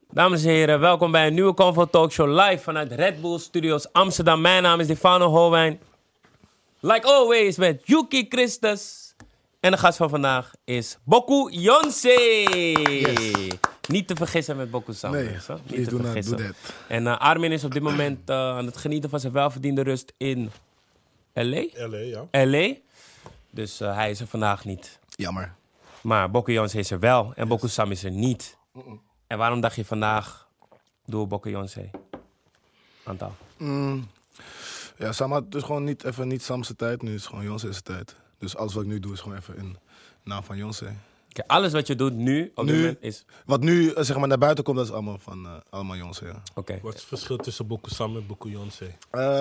Dames en heren, welkom bij een nieuwe Convo Talkshow live vanuit Red Bull Studios Amsterdam. Mijn naam is Stefano Holwijn. Like always met Yuki Christus. En de gast van vandaag is Boku Yonsei. Yes. Niet te vergissen met Boku Sam. Nee, Niet please te do not vergissen. do that. En Armin is op dit moment aan het genieten van zijn welverdiende rust in LA. LA. Dus hij is er vandaag niet. Jammer. Maar Boku Yonsei is er wel en Boku Sam is er niet. En waarom dacht je vandaag, doe Boku Yonsei aan tafel? Ja, Sam had dus gewoon niet Sam's tijd. Nu is het gewoon Jonse's tijd. Dus alles wat ik nu doe is gewoon even in naam van Yonsei. Okay, alles wat je doet nu, op dit moment is... Wat nu zeg maar naar buiten komt, dat is allemaal van allemaal Yonsei. Ja. Oké. Wat is het verschil tussen Boku Sam en Boku Yonsei?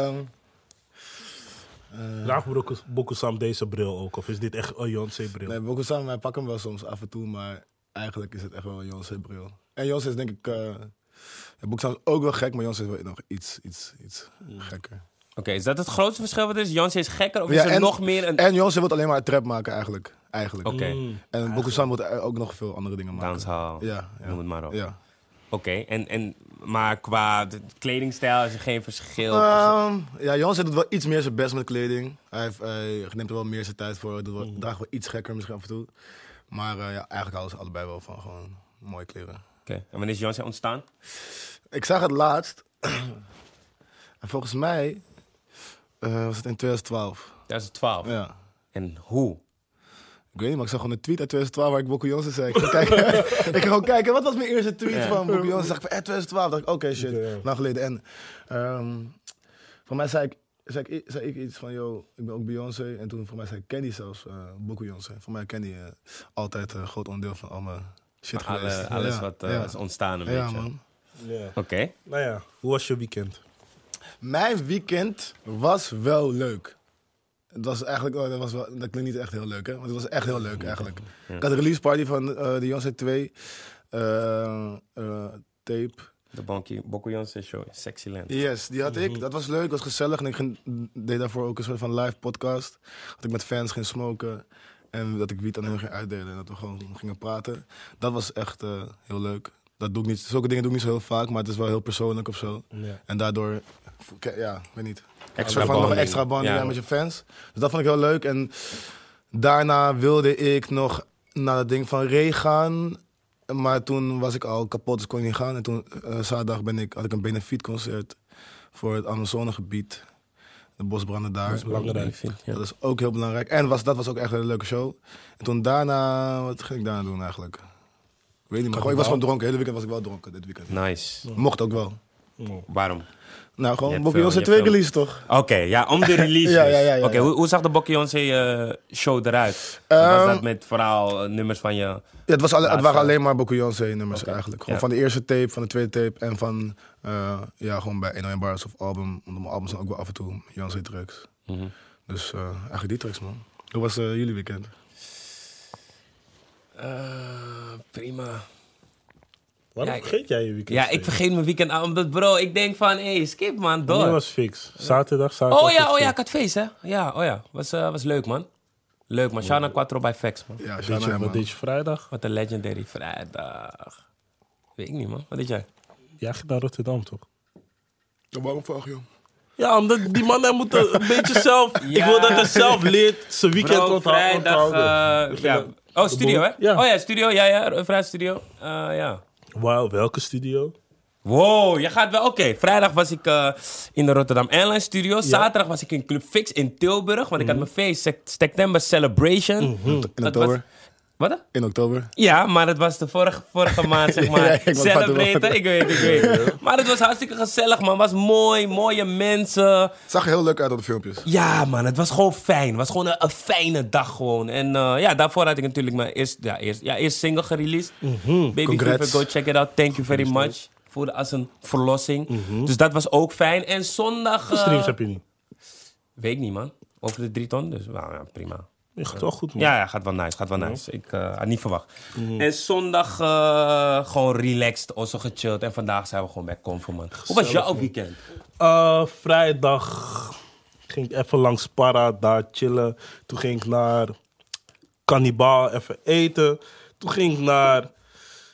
Draagt Boku Sam deze bril ook? Of is dit echt een Yonsei-bril? Nee, Boku Sam, wij pakken hem wel soms af en toe, maar eigenlijk is het echt wel een Yonsei-bril. En Yonsei is denk ik... Boku Sam is ook wel gek, maar Yonsei is wel nog iets gekker. Oké, is dat het grootste verschil wat is? Yonsei is gekker of is er nog meer een... En Yonsei wil alleen maar trap maken eigenlijk. Oké. En Boku Sam wil ook nog veel andere dingen maken. Dancehall, Ja. noem het maar op. Ja. Oké, maar qua kledingstijl is er geen verschil? Ja, Yonsei doet wel iets meer zijn best met kleding. Hij neemt er wel meer zijn tijd voor. Draagt wel iets gekker misschien af en toe. Maar ja, eigenlijk houden ze allebei wel van gewoon mooie kleren. Oké, en wanneer is Yonsei ontstaan? Ik zag het laatst. En volgens mij was het in 2012. 2012? Ja. En hoe? Ik weet niet, maar ik zag gewoon een tweet uit 2012 waar ik Boku Yonsei zei. Ik ging gewoon kijken, wat was mijn eerste tweet van Boku Yonsei? Zag ik van 2012, dacht ik, oké, shit, lang geleden. En voor mij zei ik iets van, yo, ik ben ook Beyoncé. En toen voor mij zei Candy zelfs Boku Yonsei. Voor mij Candy altijd een groot onderdeel van al mijn shit geweest. Alles wat is ontstaan een beetje. Ja, man. Ja. Oké. Nou ja, hoe was je weekend? Mijn weekend was wel leuk. Het was eigenlijk, dat klinkt niet echt heel leuk, hè? Maar het was echt heel leuk eigenlijk. Ja. Ik had de release party van de Yonsei 2 tape. De Boku Yonsei show in Sexyland. Yes, die had ik. Dat was leuk, was gezellig. En ik deed daarvoor ook een soort van live podcast. Dat ik met fans ging smoken. En dat ik wiet aan hen ging uitdelen. En dat we gewoon gingen praten. Dat was echt heel leuk. Dat doe ik niet, zulke dingen doe ik niet zo heel vaak, maar het is wel heel persoonlijk of zo. Ja. En daardoor, ja, weet niet. Extra nog bonding. een extra banding Ja. met je fans. Dus dat vond ik heel leuk. En daarna wilde ik nog naar het ding van Ray gaan. Maar toen was ik al kapot, dus kon ik niet gaan. En toen, zaterdag had ik een benefietconcert voor het Amazonegebied. De bosbranden daar. Dat is belangrijk. Ja. Dat is ook heel belangrijk. En dat was ook echt een leuke show. En toen daarna, wat ging ik daarna doen eigenlijk? Ik weet niet, maar ik was gewoon dronken. Het hele weekend was ik wel dronken, dit weekend. Nice. Mocht ook wel. Waarom? Nou, Je gewoon hebt Boku veel- Yonsei je hebt 2 veel- release toch? Oké, ja, om de release. Ja. Oké, hoe zag de Boku Yonsei show eruut? Was dat met vooral nummers van je... Ja, het waren alleen maar Boku Yonsei nummers Oké. eigenlijk. Gewoon Ja. van de eerste tape, van de tweede tape en van gewoon bij 101 Bars of album. Want mijn albums zijn ook wel af en toe Yonsei tracks. Mhm. Dus eigenlijk die tracks, man. Hoe was jullie weekend? Prima. Waarom Ja, vergeet jij je weekend? Ja, ik vergeet mijn weekend aan, omdat bro, ik denk van, hé, skip man, Dat door. was fix. Zaterdag. Oh was ja, fix. ik had feest, hè? Ja, was leuk, man. Leuk, man. Shana Quattro bij Vex, man. Ja, Wat deed je vrijdag? Wat een legendary vrijdag. Weet ik niet, man. Wat deed jij? Jij ging naar Rotterdam, toch? Waarom vraag je? Ja, omdat die man hij moet een beetje zelf... Ja. Ik wil dat hij zelf leert zijn weekend Bro, vrijdag... onthouden. ja. Oh, studio, hè? Ja. Oh ja, studio. Ja, vrijdag studio. Ja. Wauw, welke studio? Wow, je gaat wel... Oké, vrijdag was ik in de Rotterdam Airlines studio. Zaterdag was ik in Club Fix in Tilburg. Want ik had mijn feest, September Celebration. In Dat oktober? was- Wat? In oktober? Ja, maar het was de vorige maand, zeg maar. Ja, ik was Celebraten. wat- Ik weet. Maar het was hartstikke gezellig, man. Het was mooi, mooie mensen. Het zag er heel leuk uit op de filmpjes. Ja, man, het was gewoon fijn. Het was gewoon een fijne dag gewoon. En daarvoor had ik natuurlijk mijn eerst single gereleased. Baby Congrats. Fever, go check it out. Thank you very much. Voelde als een verlossing. Dus dat was ook fijn. En zondag... Hoeveel streams heb je niet? Weet ik niet, man. Over de 3 ton, dus ja, prima. Je gaat wel goed, man. Ja, gaat wel nice. Ik had niet verwacht. En zondag gewoon relaxed, also gechilled. En vandaag zijn we gewoon bij Convo, man. Hoe was jouw weekend? Vrijdag ging ik even langs Para, daar chillen. Toen ging ik naar Cannibal even eten. Toen ging ik naar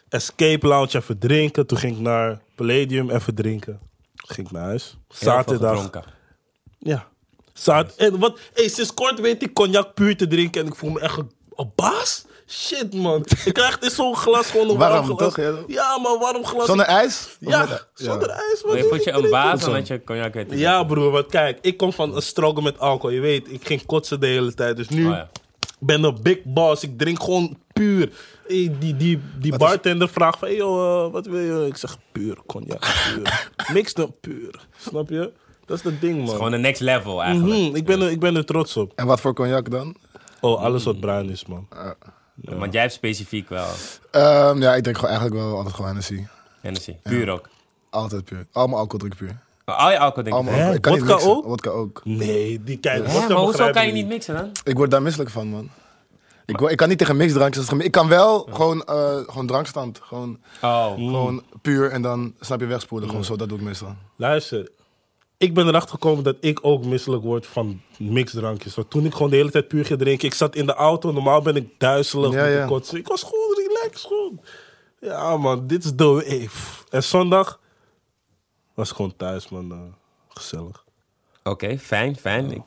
Escape Lounge even drinken. Toen ging ik naar Palladium even drinken. Ging ik naar huis. Heel veel Zaterdag. gedronken. Ja. En wat? Sinds kort weet ik cognac puur te drinken. En ik voel me echt een baas. Shit, man. Ik krijg in zo'n glas gewoon een warm Warm, glas. toch? Ja, maar warm glas. Zonder ijs? Of Ja, met- zonder ijs, man. Maar je voelt je een baas Goed zo. omdat je cognac weet. Ja, broer. Want kijk, ik kom van een struggle met alcohol. Je weet, ik ging kotsen de hele tijd. Dus nu Oh, ja. ben een big boss. Ik drink gewoon puur. Hey, die bartender vraagt van, hey, joh, wat wil je? Ik zeg puur cognac, puur. Niks dan puur. Snap je? Dat is het ding, man. Gewoon de next level eigenlijk. Ik ben er trots op. En wat voor cognac dan? Oh, alles wat bruin is, man. Want jij hebt specifiek wel Ja, ik drink gewoon eigenlijk wel altijd gewoon Hennessy. Hennessy. Puur ook. Altijd puur. Allemaal alcohol drink ik puur. Al je alcohol denk ik. Allemaal Hè? alcohol. Ik kan niet Wodka mixen. ook? Wodka ook. Nee, die kijk. Hè, maar hoezo kan je niet mixen dan? Ik word daar misselijk van, man. Ik kan niet tegen mixdrankjes. Ik kan wel gewoon drankstand. Gewoon puur en dan snap je wegspoelen. Gewoon zo, dat doe ik meestal. Luister, ik ben erachter gekomen dat ik ook misselijk word van mixdrankjes. Want toen ik gewoon de hele tijd puur ging drinken, ik zat in de auto. Normaal ben ik duizelig Ja, met ja. de kotsen. Ik was gewoon relaxed, gewoon. Ja, man, dit is de wave. En zondag was ik gewoon thuis, man. Gezellig. Oké, fijn.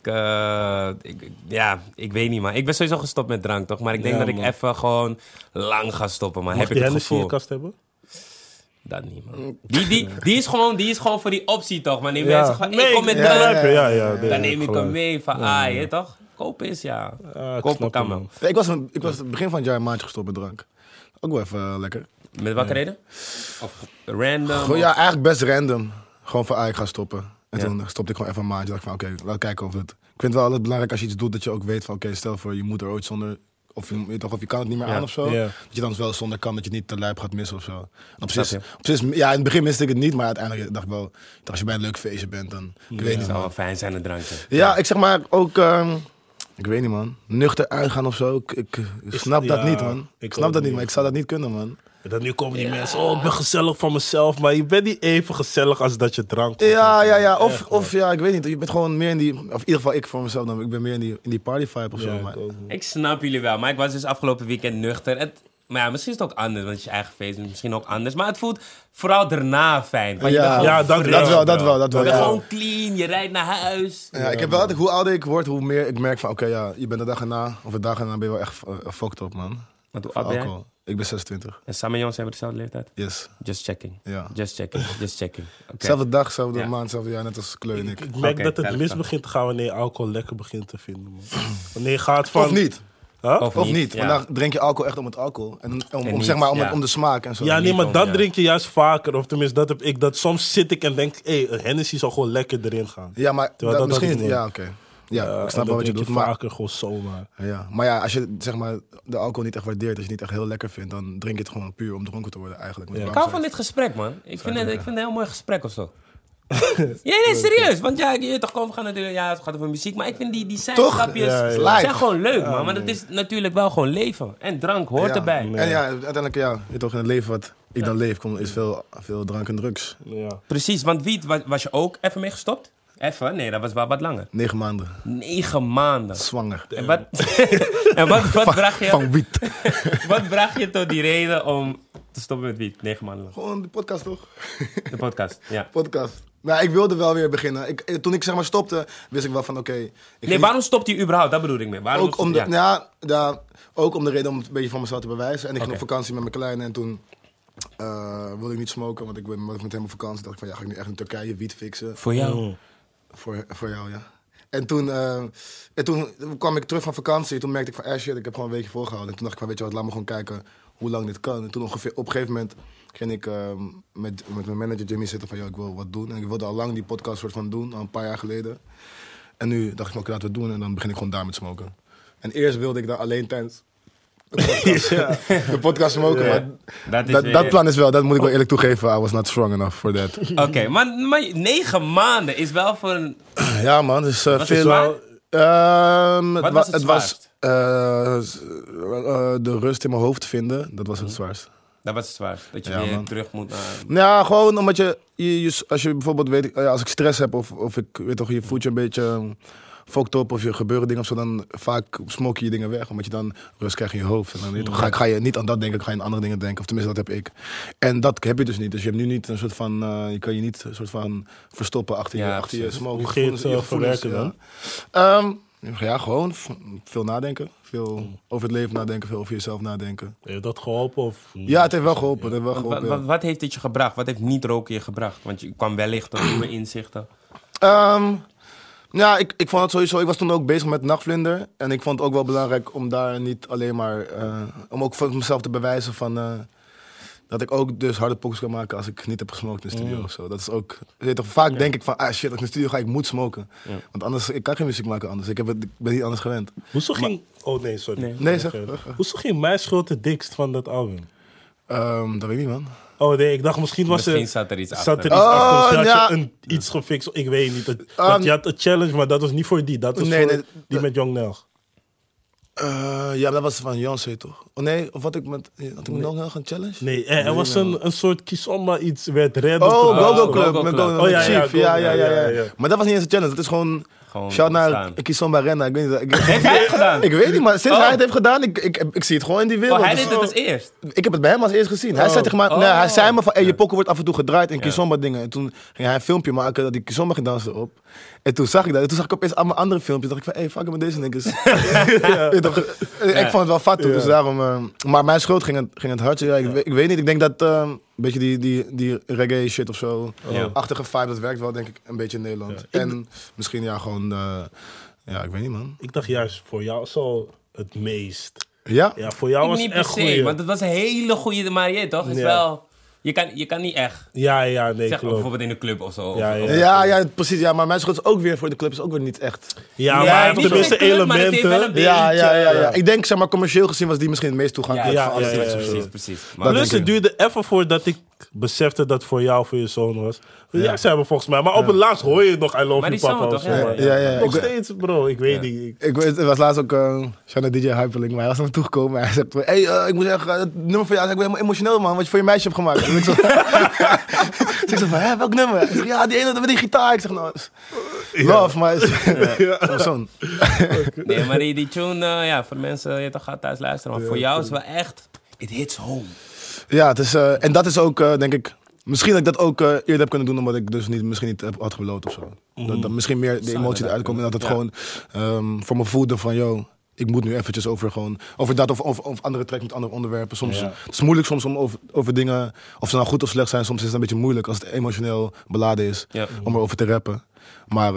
Ik weet niet, man. Ik ben sowieso gestopt met drank, toch? Maar ik denk Ja, dat ik man. even gewoon lang ga stoppen, man. Mag Heb je ik het Hennessy in je gevoel. kast hebben? Dat niet, man. Die is gewoon voor die optie, toch? Maar die Ja. mensen gewoon, ik kom met ja, drank. Ja. Dan neem ik hem mee van, je toch? Kopen is, ja. ik Kopen snap kan, hem, man. man. Ja, ik was het begin van het jaar een maandje gestopt met drank. Ook wel even lekker. Met welke reden? Of random? Gewoon, ja, eigenlijk best random. Gewoon van, ik ga stoppen. En Ja. toen stopte ik gewoon even een maandje. Dacht ik van, oké, laten we kijken of het... Ik vind het wel altijd belangrijk als je iets doet dat je ook weet van, oké, stel voor je moet er ooit zonder... Of je, weet toch, of je kan het niet meer Ja. aan of zo. Ja. Dat je dan wel zonder kan, dat je niet te lijp gaat missen of zo. En Snap je. op zich, ja, in het begin miste ik het niet, maar uiteindelijk dacht ik wel... Als je bij een leuk feestje bent, dan... Ik weet Het niet, zou man. wel fijn zijn, een drankje. Ja, ik zeg maar ook... ik weet niet, man. Nuchter uitgaan of zo. Ik snap dat ja, niet, man. ik Ik snap ook dat niet, niet. maar ik zou dat niet kunnen, man. En dan nu komen die mensen, oh, ik ben gezellig van mezelf. Maar je bent niet even gezellig als dat je drank hebt. Ja. Of ja, ik weet niet. Je bent gewoon meer in die... Of in ieder geval ik voor mezelf dan. Ik ben meer in die party vibe of Ja, zo. ik Maar, ook. Ik snap jullie wel, maar ik was dus afgelopen weekend nuchter. Maar ja, misschien is het ook anders, want het is je eigen feest. Misschien ook anders. Maar het voelt vooral daarna fijn. Want je bent gewoon Ja, dat fresh, wel, bro. dat wel. Je bent Ja. gewoon clean, je rijdt naar huis. ja, ik heb wel altijd, hoe ouder ik word, hoe meer ik merk van... Oké, ja, je bent de dag erna, of de dag erna ben je wel echt fucked up, man. Want hoe Van oud ben jij? alcohol. Ik ben 26. En Sam en Jons hebben dezelfde leeftijd? Yes. Just checking. Ja. Just checking. Oké. Zelfde dag, zelfde Ja. maand, zelfde jaar, net als Kleur en ik. Ik merk Oké, dat het duidelijk mis dan. begint te gaan wanneer je alcohol lekker begint te vinden, man. Wanneer je gaat van... Of niet. Huh? Of Of niet, niet. ja. Want dan drink je alcohol echt om het alcohol. En om niet, zeg maar, ja. om de smaak en zo. Ja, nee, niet maar om, dat ja. drink je juist vaker. Of tenminste, dat heb ik. Dat soms zit ik en denk, een Hennessy zal gewoon lekker erin gaan. Ja, maar Terwijl dat misschien... had ik nooit. Ja, oké. Ja, ik snap en wel dat wat je drink doet. Maar, vaker gewoon zomaar. ja. Maar ja, als je zeg maar, de alcohol niet echt waardeert, als je het niet echt heel lekker vindt, dan drink je het gewoon puur om dronken te worden eigenlijk. Want Ja. Ik waarom hou van zou dit gesprek, man. Ik vind het een heel mooi gesprek of zo. Nee, serieus. Want ja, je toch komen gaan natuurlijk... Ja, het gaat over muziek. Maar ik vind die zijstapjes Ja, ja. Live. zijn gewoon leuk, man. Maar dat is natuurlijk wel gewoon leven. En drank hoort Ja. erbij. Nee. En ja, uiteindelijk, ja, je toch in het leven wat ik dan leef, is veel drank en drugs. Ja. Precies, want wiet was je ook even mee gestopt? Even? Nee, dat was wel wat langer. 9 maanden. 9 maanden. Zwanger. En wat bracht je tot die reden om te stoppen met wiet? 9 maanden lang. Gewoon de podcast toch? De podcast, ja. Podcast. Nou, ik wilde wel weer beginnen. Toen ik zeg maar stopte, wist ik wel van oké. Nee, waarom stopt hij überhaupt? Dat bedoel ik meer. Waarom ook om de, ook om de reden om het een beetje van mezelf te bewijzen. En ik ging Oké. op vakantie met mijn kleine en toen wilde ik niet smoken, want ik ben met hem op vakantie. Dacht ik van ja, ga ik nu echt in Turkije wiet fixen? Voor jou? Mm. Voor jou, ja. En toen kwam ik terug van vakantie. Toen merkte ik van shit, ik heb gewoon een weekje volgehouden. En toen dacht ik van weet je wat, laat me gewoon kijken hoe lang dit kan. En toen ongeveer op een gegeven moment ging ik met mijn manager Jimmy zitten van ik wil wat doen. En ik wilde al lang die podcast soort van doen, al een paar jaar geleden. En nu dacht ik van oké, laten we het doen. En dan begin ik gewoon daar met smoken. En eerst wilde ik daar alleen tijdens de podcast smoken. Maar dat plan is wel, dat moet ik wel eerlijk toegeven. I was not strong enough for that. Oké, maar 9 maanden is wel voor een... Ja man, dus Was het veel... zwaar? Wat was het het was zwaarst? de rust in mijn hoofd vinden, dat was het zwaarst. Dat was het zwaarst. Dat je Ja, weer man. terug moet naar... Ja, gewoon omdat je als je bijvoorbeeld weet, als ik stress heb of ik weet toch, je voelt je een beetje fokt op of je gebeuren dingen of zo, dan vaak smoke je je dingen weg. Omdat je dan rust krijgt in je hoofd. En dan ga je niet aan dat denken, ga je aan andere dingen denken. Of tenminste, dat heb ik. En dat heb je dus niet. Dus je hebt nu niet een soort van, je kan je niet een soort van verstoppen achter je smoke. Hoe ging het verwerken dan? Ja, gewoon veel nadenken. Veel over het leven nadenken, veel over jezelf nadenken. Heeft dat geholpen? Of? Ja, het heeft wel geholpen. Wat heeft dit je gebracht? Wat heeft niet roken je gebracht? Want je kwam wellicht tot nieuwe inzichten. Ja, ik vond het sowieso... Ik was toen ook bezig met Nachtvlinder. En ik vond het ook wel belangrijk om daar niet alleen maar... om ook voor mezelf te bewijzen van... dat ik ook dus harde pokus kan maken als ik niet heb gesmokt in de studio of zo. Dat is ook... Vaak denk ik van, shit, als ik in de studio ga, ik moet smoken. Ja. Want anders, ik kan geen muziek maken anders. Ik ben niet anders gewend. Hoezo ging... Oh nee, sorry. Nee, zeg. Hoezo ging Mijn Schuld het dikst van dat album? Dat weet ik niet, man. Oh nee, ik dacht misschien zat er iets achter. Misschien had je iets gefixt. Ik weet niet. Want je had een challenge, maar dat was niet voor die. Dat was voor die met Young Nelg. Ja, dat was van Beyoncé toch? Oh nee, of had ik met nog een challenge? Nee, er was een soort Kizomba iets, werd red. Go Club met Chief. Ja. Maar dat was niet eens een challenge, dat is gewoon shout naar Kizomba Renna. Ik weet niet. Heeft hij het gedaan? Ik weet niet, maar sinds hij het heeft gedaan, ik zie het gewoon in die wereld. Oh, hij deed het als eerst? Ik heb het bij hem als eerst gezien. Hij zei tegen mij, hij zei me van, je pokken wordt af en toe gedraaid in Kizomba dingen. En toen ging hij een filmpje maken dat die Kizomba ging dansen op. En toen zag ik dat. En toen zag ik opeens allemaal andere filmpjes. Dacht ik van, fuck met deze niggas. Ik vond het wel fat, dus daarom... maar Mijn Schuld ging het hard. Ja, ik weet niet, ik denk dat een beetje die reggae shit of zo... achtige vibe, dat werkt wel denk ik een beetje in Nederland. En misschien gewoon... ik weet niet, man. Ik dacht juist voor jou zo het meest. Ja? Ja, voor jou was het echt goed. Want het was een hele goede Mariette, toch? Het is wel... Je kan niet echt. Ja, nee, zeg, klopt. bijvoorbeeld in de club of zo. Ja, precies. Ja, maar Mijn Schuld is ook weer voor de club is ook weer niet echt. Ja, maar hij heeft de beste elementen. Ja. Ik denk, zeg maar, commercieel gezien was die misschien het meest toegankelijk. Ja, precies. Maar plus, het duurde even voordat ik besefte dat voor jou, voor je zoon was. Ja, ze hebben volgens mij. Maar op het laatst hoor je nog I love you, papa. Toch, nog steeds, bro. Ik weet niet. Het was laatst ook Shanna DJ Hyperlink, maar hij was naar me toegekomen. Hij zei, ik moet zeggen, het nummer van jou, ik ben helemaal emotioneel, man, wat je voor je meisje hebt gemaakt. Dus ik zei van, welk nummer? Hij zegt, ja, die ene met die gitaar. Ik zeg, nou, love, maar mijn zoon. Nee, maar die tune, voor de mensen, je toch gaat thuis luisteren. Maar voor jou is het wel echt, it hits home. Ja, het is, en dat is ook, denk ik... Misschien dat ik dat ook eerder heb kunnen doen, omdat ik dus misschien niet had geloot of zo. Dat misschien meer de emotie eruit komt en dat het gewoon voor me voelde van, ik moet nu eventjes over dat of andere track met andere onderwerpen. Soms het is moeilijk soms om over dingen, of ze nou goed of slecht zijn, soms is het een beetje moeilijk als het emotioneel beladen is om erover te rappen. Maar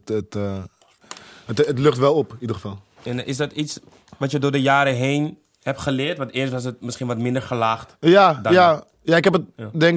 het lucht wel op, in ieder geval. En is dat iets wat je door de jaren heen hebt geleerd? Want eerst was het misschien wat minder gelaagd. Ja, ik heb denk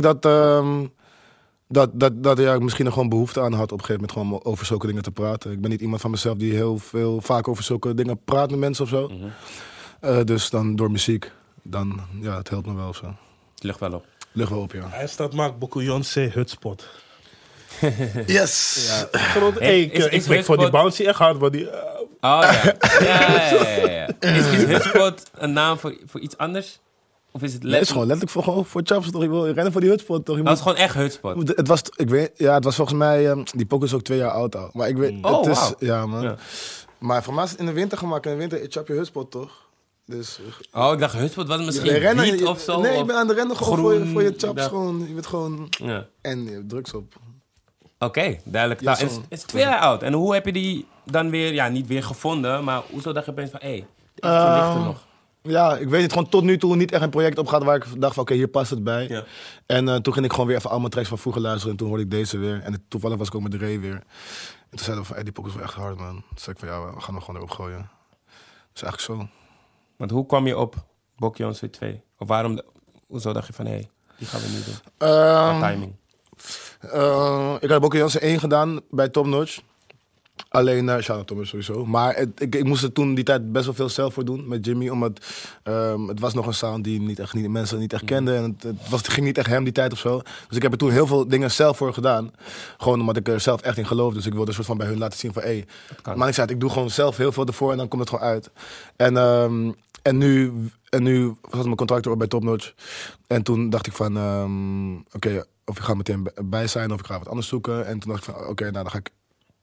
dat ik misschien er gewoon behoefte aan had op een gegeven moment gewoon over zulke dingen te praten. Ik ben niet iemand van mezelf die heel veel vaak over zulke dingen praat met mensen of zo. Dus dan door muziek, dan het helpt me wel of zo. Het lucht wel op. Lucht wel op, ja. Hij staat maakt Beyoncé Hutspot. Yes! Ja. Ik ben voor die bouncy echt hard, maar die... ja. Is Hutspot een naam voor iets anders? Of is het letterlijk? Het is gewoon letterlijk voor Chaps toch? Ik wil rennen voor die Hutspot toch? Dat is gewoon echt Hutspot. Het was volgens mij... die pokus is ook 2 jaar oud al. Maar ik weet... het is, ja, man. Ja. Maar voor mij is het in de winter gemaakt. In de winter chap je Hutspot toch? Dus, ik dacht Hutspot was misschien wiet of zo. Nee, ik ben aan de rennen gewoon voor je chaps. Gewoon, je bent gewoon... Ja. En je hebt drugs op. Oké, duidelijk. Ja, het is 2 jaar oud. En hoe heb je die dan weer... niet weer gevonden, maar hoezo dacht je opeens van... dit ligt er nog? Ja, ik weet het gewoon tot nu toe niet echt een project op gehad waar ik dacht van hier past het bij. Ja. En toen ging ik gewoon weer even al mijn tracks van vroeger luisteren en toen hoorde ik deze weer. En toevallig was ik ook met Ray weer. En toen zeiden we van die pokus is wel echt hard, man. Toen zei ik van we gaan er gewoon erop gooien. Dus eigenlijk zo. Want hoe kwam je op Beyoncé 2? Of hoezo dacht je van die gaan we nu doen? Timing. Ik had Beyoncé 1 gedaan bij Top Notch. Alleen, shout-out Thomas sowieso. Maar ik moest er toen die tijd best wel veel zelf voor doen met Jimmy. Omdat het was nog een sound die mensen niet echt kenden. En het ging niet echt hem die tijd of zo. Dus ik heb er toen heel veel dingen zelf voor gedaan. Gewoon omdat ik er zelf echt in geloof. Dus ik wilde een soort van bij hun laten zien van... maar ik zei ik doe gewoon zelf heel veel ervoor en dan komt het gewoon uit. En nu was mijn contract erop bij Top Notch. En toen dacht ik van... of ik ga meteen bij zijn of ik ga wat anders zoeken. En toen dacht ik van dan ga ik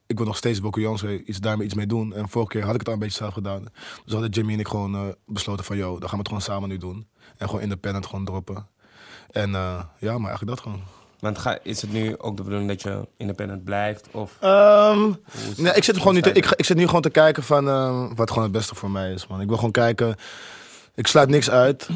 ik wil nog steeds Boku iets daarmee iets mee doen. En vorige keer had ik het al een beetje zelf gedaan. Dus hadden Jimmy en ik gewoon besloten van, dan gaan we het gewoon samen nu doen. En gewoon independent gewoon droppen. En maar eigenlijk dat gewoon. Want is het nu ook de bedoeling dat je independent blijft? Of? Nee, ik zit gewoon ik zit nu gewoon te kijken van wat gewoon het beste voor mij is, man. Ik wil gewoon kijken. Ik sluit niks uit.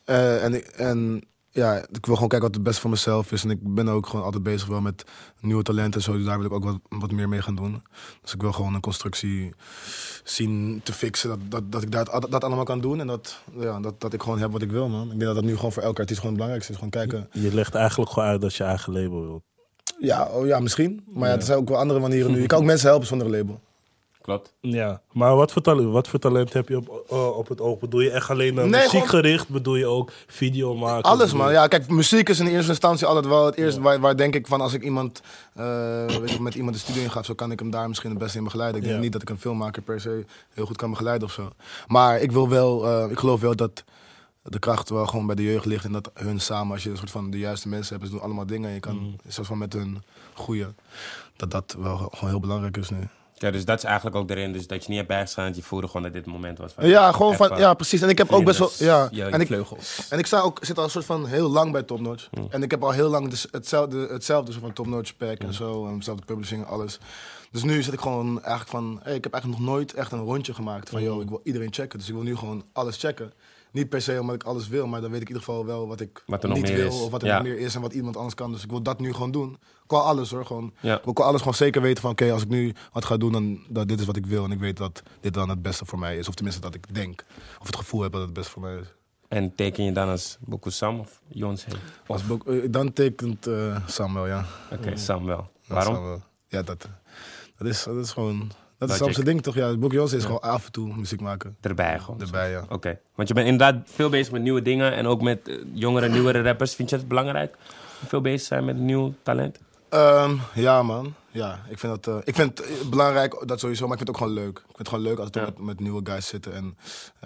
Ik wil gewoon kijken wat het beste voor mezelf is. En ik ben ook gewoon altijd bezig wel met nieuwe talenten en zo. Dus daar wil ik ook wat meer mee gaan doen. Dus ik wil gewoon een constructie zien te fixen. Dat ik dat allemaal kan doen. En dat ik gewoon heb wat ik wil, man. Ik denk dat dat nu gewoon voor elke artiest gewoon het belangrijkste is. Gewoon kijken. Je legt eigenlijk gewoon uit dat je eigen label wilt. Ja, misschien. Maar er zijn ook wel andere manieren nu. Je kan ook mensen helpen zonder een label. Klopt. Ja, maar wat voor talent heb je op het oog? Bedoel je echt alleen muziekgericht? Bedoel je ook video maken? Alles, man. Ja, kijk, muziek is in eerste instantie altijd wel het eerste waar denk ik van als ik iemand met iemand de studio in ga, zo kan ik hem daar misschien het beste in begeleiden. Ik denk niet dat ik een filmmaker per se heel goed kan begeleiden of zo. Maar ik geloof wel dat de kracht wel gewoon bij de jeugd ligt en dat hun samen, als je een soort van de juiste mensen hebt, ze doen allemaal dingen en je kan een soort van met hun groeien. Dat wel gewoon heel belangrijk is nu. Ja, dus dat is eigenlijk ook erin. Dus dat je niet hebt bijgestaan, dat je voelde gewoon dat dit moment was. Ja, gewoon van, ja, precies. En ik heb ook best wel, vleugels. En ik zit al een soort van heel lang bij Top Notch. En ik heb al heel lang hetzelfde soort van Top Notch pack en zo. En hetzelfde publishing en alles. Dus nu zit ik gewoon eigenlijk van, ik heb eigenlijk nog nooit echt een rondje gemaakt van, ik wil iedereen checken. Dus ik wil nu gewoon alles checken. Niet per se omdat ik alles wil, maar dan weet ik in ieder geval wel wat ik niet wil. Of wat er nog meer is en wat iemand anders kan. Dus ik wil dat nu gewoon doen. Qua alles hoor. Gewoon. Ja. Ik wil qua alles gewoon zeker weten van oké, als ik nu wat ga doen, dan dat dit is wat ik wil. En ik weet dat dit dan het beste voor mij is. Of tenminste dat ik denk. Of het gevoel heb dat het beste voor mij is. En teken je dan als Boku Sam of Yonsei? Dan tekent Sam wel, ja. Oké, Sam wel. Waarom? Sam wel. Ja, dat is gewoon... Dat is soms het ding toch? Ja, Boku Yonsei is gewoon af en toe muziek maken. Erbij gewoon? Erbij, ja. Oké. Want je bent inderdaad veel bezig met nieuwe dingen. En ook met jongere, nieuwere rappers. Vind je het belangrijk om veel bezig te zijn met nieuw talent? Ja, man. Ja, ik vind het belangrijk, dat sowieso, maar ik vind het ook gewoon leuk. Ik vind het gewoon leuk als ik met nieuwe guys zitten. En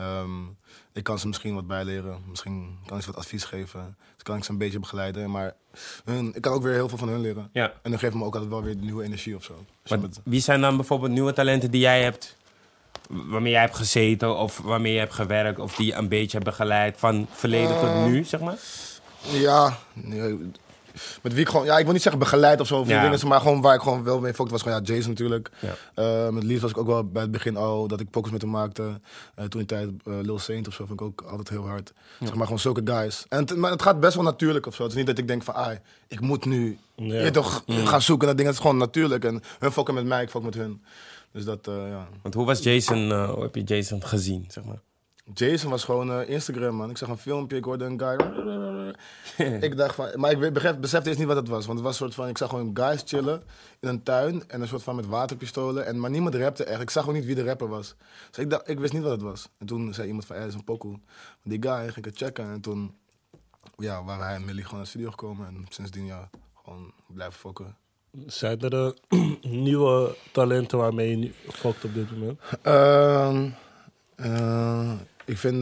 ik kan ze misschien wat bijleren. Misschien kan ik ze wat advies geven. Dus kan ik ze een beetje begeleiden. Maar ik kan ook weer heel veel van hun leren. Ja. En dan geeft me ook altijd wel weer nieuwe energie of zo. Wie zijn dan bijvoorbeeld nieuwe talenten die jij hebt, waarmee jij hebt gezeten of waarmee je hebt gewerkt of die je een beetje hebt begeleid van verleden tot nu, zeg maar? Ja, nee, met wie ik gewoon, ik wil niet zeggen begeleid of zo, dingen, maar gewoon waar ik gewoon wel mee focus was gewoon, Jason natuurlijk. Ja. Met Lief was ik ook wel bij het begin al, dat ik focus met hem maakte. Toen die tijd Lil Saint of zo vond ik ook altijd heel hard. Ja. Zeg maar gewoon zulke guys. Maar het gaat best wel natuurlijk of zo. Het is niet dat ik denk van, ik moet nu gaan zoeken naar dingen. Het is gewoon natuurlijk. En hun fokken met mij, ik fok met hun. Dus dat, ja. Want hoe was Jason, hoe heb je Jason gezien, zeg maar? Jason was gewoon Instagram, man. Ik zag een filmpje, ik hoorde een guy. Ik dacht van... Maar ik besefte eerst niet wat het was. Want het was een soort van... Ik zag gewoon guys chillen in een tuin. En een soort van met waterpistolen. Maar niemand rapte echt. Ik zag ook niet wie de rapper was. Dus ik wist niet wat het was. En toen zei iemand van... dat is een pokoe. Die guy ging ik het checken. En toen waren hij en Millie gewoon naar de studio gekomen. En sindsdien gewoon blijven fokken. Zijn er nieuwe talenten waarmee je nu fokt op dit moment? Ik vind...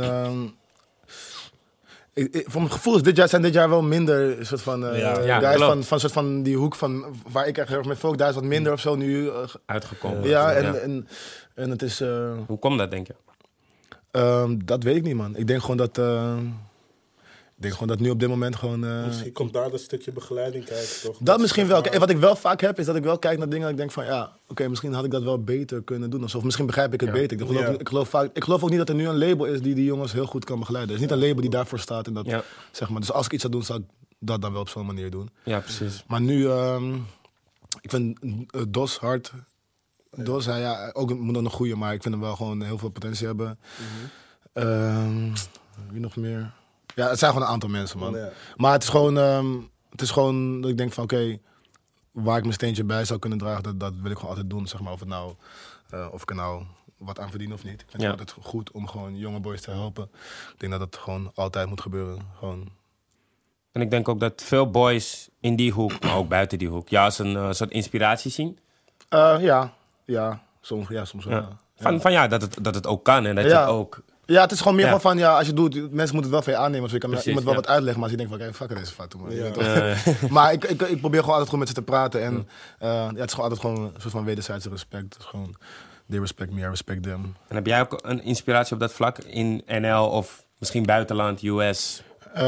voor mijn gevoel zijn dit jaar wel minder soort van guys van soort van die hoek van waar ik echt heel erg mee focus. Daar is wat minder of zo nu uitgekomen. Ja, en het is. Hoe komt dat, denk je? Dat weet ik niet, man. Ik denk gewoon dat. Nu op dit moment gewoon... Misschien komt daar een stukje begeleiding kijken, toch? Dat misschien wel. Wat ik wel vaak heb, is dat ik wel kijk naar dingen en ik denk van... misschien had ik dat wel beter kunnen doen. Of misschien begrijp ik het beter. Ik geloof ook niet dat er nu een label is die jongens heel goed kan begeleiden. Er is niet een label die daarvoor staat. En dat, zeg maar. Dus als ik iets zou doen, zou ik dat dan wel op zo'n manier doen. Ja, precies. Maar nu... ik vind Dos hard. Dos, ook moet nog een goeie, maar ik vind hem wel gewoon heel veel potentie hebben. Mm-hmm. Wie nog meer... Ja, het zijn gewoon een aantal mensen, man. Ja. Maar het is gewoon dat ik denk van oké, waar ik mijn steentje bij zou kunnen dragen, dat wil ik gewoon altijd doen, zeg maar. Of ik er nou wat aan verdien of niet. Ik vind het altijd goed om gewoon jonge boys te helpen. Ik denk dat dat gewoon altijd moet gebeuren. Gewoon. En ik denk ook dat veel boys in die hoek, maar ook buiten die hoek, als een soort inspiratie zien. Ja, soms wel. Ja. Dat het ook kan en dat je het ook Ja, het is gewoon meer Ja. gewoon van, ja, als je doet, mensen moeten het wel van je aannemen. Dus je kan Precies, iemand wel ja. wat uitleggen, maar als je denkt van, oké, fuck deze fout, man. Je Ja. weet toch? Maar ik probeer gewoon altijd gewoon met ze te praten. En ja, het is gewoon altijd gewoon een soort van wederzijdse respect. Het is gewoon, they respect me, I respect them. En heb jij ook een inspiratie op dat vlak in NL of misschien buitenland, US?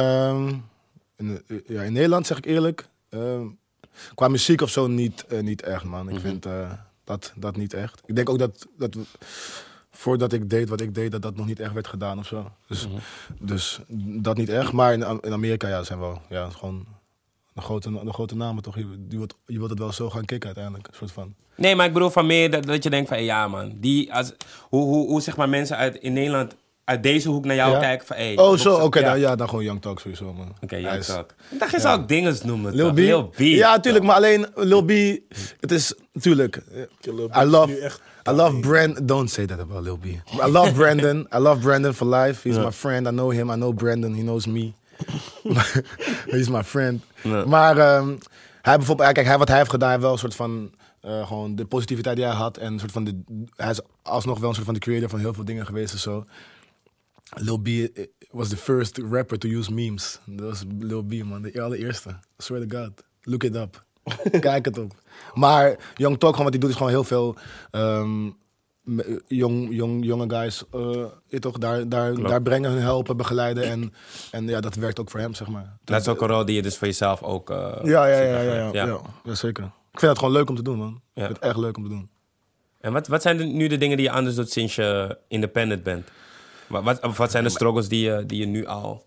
In Nederland zeg ik eerlijk, qua muziek of zo niet echt, man. Ik vind dat niet echt. Ik denk ook dat voordat ik deed wat ik deed, dat nog niet echt werd gedaan of zo. Dus dat niet echt. Maar in Amerika, ja, zijn wel gewoon de grote namen toch. Je wilt het wel zo gaan kicken uiteindelijk, een soort van. Nee, maar ik bedoel van meer dat je denkt van... ja man, hoe zeg maar mensen in Nederland uit deze hoek naar jou Ja. kijken van... Hey, Oh, zo, oké, ja. dan gewoon Young Talk sowieso, man. Oké, Hij Young is- Talk. Ik dacht, je zou ook dingen noemen. Lil toch? B? Lil B. Ja, tuurlijk, maar alleen Lil B, het is, tuurlijk, Lil B I is love, nu echt- I love Brandon, don't say that about Lil B. I love Brandon for life, he's my friend, I know him, I know Brandon, he knows me. He's my friend. Ja. Maar hij bijvoorbeeld, kijk, wat hij heeft gedaan, hij heeft wel een soort van, gewoon de positiviteit die hij had en een soort van, hij is alsnog wel een soort van de creator van heel veel dingen geweest en zo. Lil B was the first rapper to use memes. Dat was Lil B, man. De allereerste. I swear to God. Look it up. Kijk het op. Maar Young Talk, gewoon wat hij doet, is gewoon heel veel jonge guys toch, daar brengen, hun helpen, begeleiden. En ja, dat werkt ook voor hem, zeg maar. Dat is ook een rol die je dus voor jezelf ook... Ja, zeker. Ik vind het gewoon leuk om te doen, man. Ja. Ik vind het echt leuk om te doen. En wat zijn nu de dingen die je anders doet sinds je independent bent? Wat zijn de struggles die je nu al...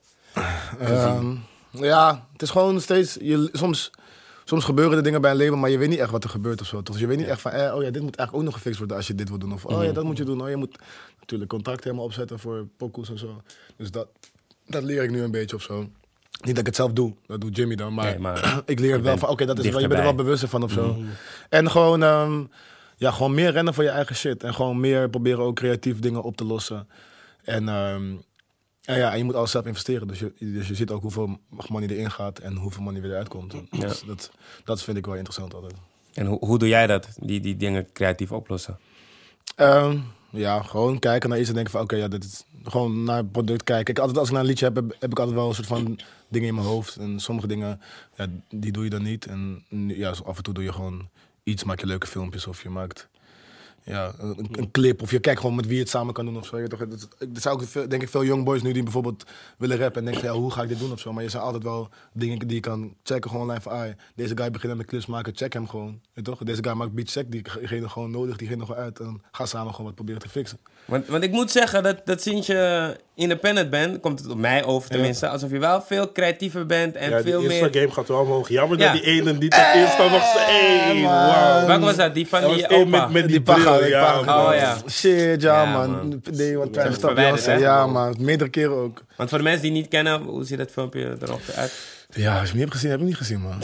Ja, het is gewoon steeds... Soms gebeuren er dingen bij een label, maar je weet niet echt wat er gebeurt of zo. Dus je weet niet echt van, oh ja, dit moet eigenlijk ook nog gefixt worden als je dit wil doen. Of, oh ja, dat moet je doen. Oh, je moet natuurlijk contracten helemaal opzetten voor pokoes en zo. Dus dat leer ik nu een beetje of zo. Niet dat ik het zelf doe, dat doet Jimmy dan. Maar, Nee, maar ik leer je wel bent van, oké, dat is wel, je bent er dichterbij. wel bewust van of zo. En gewoon, gewoon meer rennen voor je eigen shit. En gewoon meer proberen ook creatief dingen op te lossen. En je moet alles zelf investeren. Dus je ziet ook hoeveel money erin gaat en hoeveel money weer eruit komt. Dus dat vind ik wel interessant altijd. En hoe doe jij dat? Die dingen creatief oplossen? Gewoon kijken naar iets en denken van oké, dit is gewoon naar het product kijken. Als ik naar een liedje heb ik altijd wel een soort van dingen in mijn hoofd. En sommige dingen, ja, die doe je dan niet. En ja, af en toe doe je gewoon iets, maak je leuke filmpjes of je maakt een clip. Of je kijkt gewoon met wie je het samen kan doen of zo. Er zijn ook denk ik veel youngboys nu die bijvoorbeeld willen rappen en denken van, hoe ga ik dit doen of zo. Maar je zijn altijd wel dingen die je kan checken gewoon online van, deze guy begint met clips maken, check hem gewoon. Weet je toch? Deze guy maakt beats, check diegene gewoon nodig, diegene nog wel uit. En dan ga samen gewoon wat proberen te fixen. Want ik moet zeggen dat sinds je independent bent, komt het op mij over tenminste, alsof je wel veel creatiever bent en Ja, die veel eerste meer... game gaat wel omhoog. Jammer Ja. dat die ene die tot eerst nog zei, wow. Welke was dat? Die van Dat die was één opa? met die Die bril, paga, ja. man. Oh, ja. Shit, Ja, man. man. Nee, wat kleine stap. verwijderd, hè? Ja, man. Meerdere keren ook. Want voor de mensen die niet kennen, hoe ziet dat filmpje er ongeveer uit? Ja, als je hem niet hebt gezien, heb je niet gezien, man.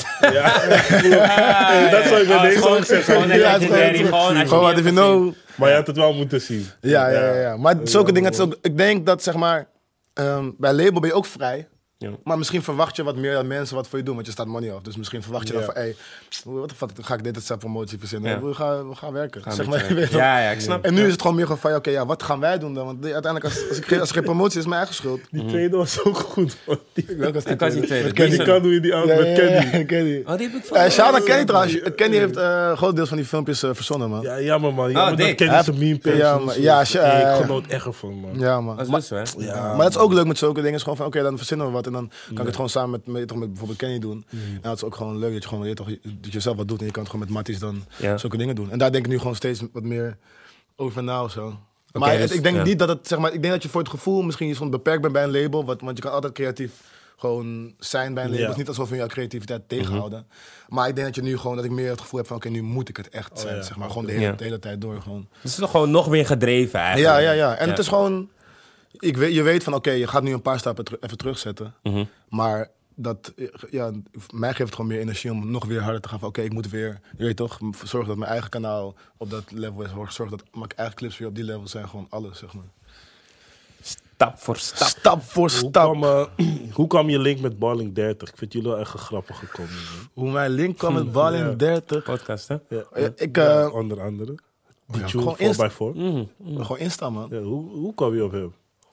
Dat zou ik bij deze ook zeggen. Gewoon een Ja, het is legendary, gewoon- gewoon als je Gewoon wat niet if hebt you gezien. know. Maar je had het wel moeten zien. Ja. Maar zulke dingen, het is ook, ik denk dat zeg maar, bij label ben je ook vrij. Ja. Maar misschien verwacht je wat meer dat mensen wat voor je doen, want je staat money af. Dus misschien verwacht je dan Ja. van, wat de fuck, ga ik dit het zelf promotie verzinnen? Ja. We gaan werken. Gaan zeg een maar, beetje je weet werken. wel. Ja, ik snap. En nu is het gewoon meer gewoon van, oké, wat gaan wij doen dan? Want uiteindelijk, als er geen promotie is, is mijn eigen schuld. Die tweede was ook goed. Man. Welke was Ik was die tweede. Met Kenny. Die kan hoe je die aan met Kenny. Kenny. Oh, die heb ik van... Shout out Kenny trouwens. Kenny heeft groot deel van die filmpjes verzonnen, man. Ja, jammer man. Jammer dat dik. Kenny zijn meme page Ja, doet. maar- ja, Ik genoot echt ervan, man. Ja, man. Dat is dus, hè? Ja, Maar het is ook leuk met zulke dingen. Is gewoon van, oké, dan verzinnen we wat. En dan kan ik het gewoon samen met bijvoorbeeld Kenny doen. En dat is ook gewoon leuk dat je gewoon dat je zelf wat doet. En je kan het gewoon met Matties dan zulke dingen doen. En daar denk ik nu gewoon steeds wat meer over na of zo. Maar dus, ik denk ja. niet dat het, zeg maar, ik denk dat je voor het gevoel misschien soms beperkt bent bij een label. Want je kan altijd creatief gewoon zijn bij een label. Ja. Het is niet alsof we jouw creativiteit tegenhouden. Maar ik denk dat je nu gewoon, dat ik meer het gevoel heb van, oké, nu moet ik het echt zijn. ja. Zeg maar, gewoon de Ja. hele tijd door gewoon. Het is toch gewoon nog weer gedreven eigenlijk. Ja. En het is gewoon... je weet van, oké, je gaat nu een paar stappen even terugzetten. Maar mij geeft het gewoon meer energie om nog weer harder te gaan van... Oké, ik moet weer, je weet toch, zorgen dat mijn eigen kanaal op dat level is. Zorgen dat mijn eigen clips weer op die level zijn. Gewoon alles, zeg maar. Stap voor stap. Stap voor stap. Hoe kwam je link met Balling 30? Ik vind jullie wel echt grappig gekomen. Man. Hoe mijn link kwam met Balling 30. Podcast, hè? Ja, onder andere. Die tune gewoon 4x4. Gewoon Insta, man. Ja, hoe kwam je op hem?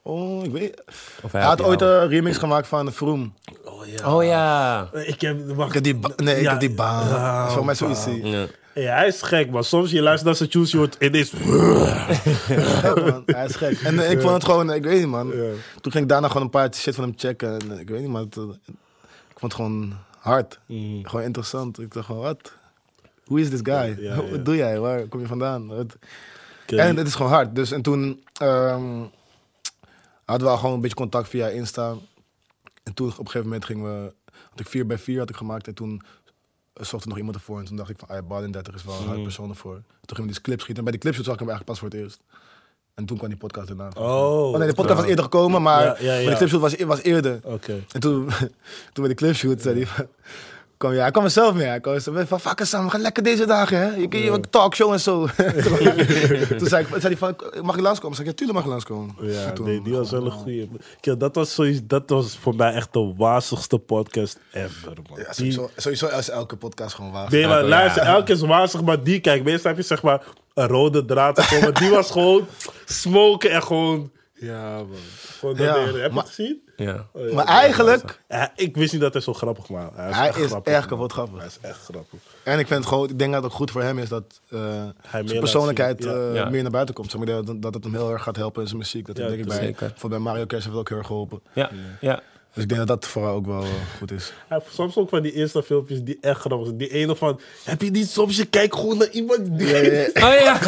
Oh, ik weet. Of Hij had ooit een remix gemaakt van Vroom. Oh ja. Ik heb die baan. Dat is voor mij zo easy. Ja. Ja, hij is gek, man. Soms je luistert naar zijn tunes, je hoort ineens... Gek, man. Hij is gek. En ik vond het gewoon, ik weet niet, man. Ja. Toen ging ik daarna gewoon een paar shit van hem checken. En ik weet niet, man. Ik vond het gewoon hard. Gewoon interessant. Ik dacht gewoon, wat? Who is this guy? Ja. Wat doe jij? Waar kom je vandaan? En het is gewoon hard. Dus en toen hadden we al gewoon een beetje contact via Insta. En toen op een gegeven moment had ik 4x4 had ik gemaakt. En toen zocht er nog iemand ervoor. En toen dacht ik van, Ballin 30 is wel een hard persoon ervoor. Toen gingen we die clip schieten. En bij die clipshoot zag ik hem eigenlijk pas voor het eerst. En toen kwam die podcast erna. Oh, Nee, de podcast was eerder gekomen, maar, Ja. maar die clipshoot was eerder. Oké. En toen bij de clipshoot zei hij... Hij kwam er zelf mee. Hij kwam van, fuck Sam, we gaan lekker deze dagen, hè? Je een talkshow en zo. Toen zei hij van, mag ik langskomen? Zei ik, ja, tuurlijk mag je langskomen. Ja, Toen nee, die was wel een goeie. Kijk, dat was voor mij echt de wazigste podcast ever, man. Ja, sowieso is elke podcast gewoon waar. Nee, maar luister, elke is wazig, maar die, kijk, meestal heb je zeg maar een rode draad. Of zo, maar die was gewoon smoken en gewoon... Ja, man. Gewoon dat heb je het gezien? Ja. Oh, ja, Maar eigenlijk... Ja, ik wist niet dat hij zo grappig was. Hij is grappig, erg man. kapot grappig. Hij is echt grappig. En ik vind het gewoon, ik denk dat het ook goed voor hem is dat meer zijn laat persoonlijkheid zien. Ja. meer naar buiten komt. Zeg maar, dat het hem heel erg gaat helpen in zijn muziek. Dat Ja, denk ik zeker. bij Mario Kart heeft het ook heel erg geholpen. Ja. Dus ik denk dat dat vooral ook wel goed is. Hij heeft soms ook van die eerste filmpjes die echt grappig zijn. Die ene van, heb je niet soms, je kijkt gewoon naar iemand die... Oh ja.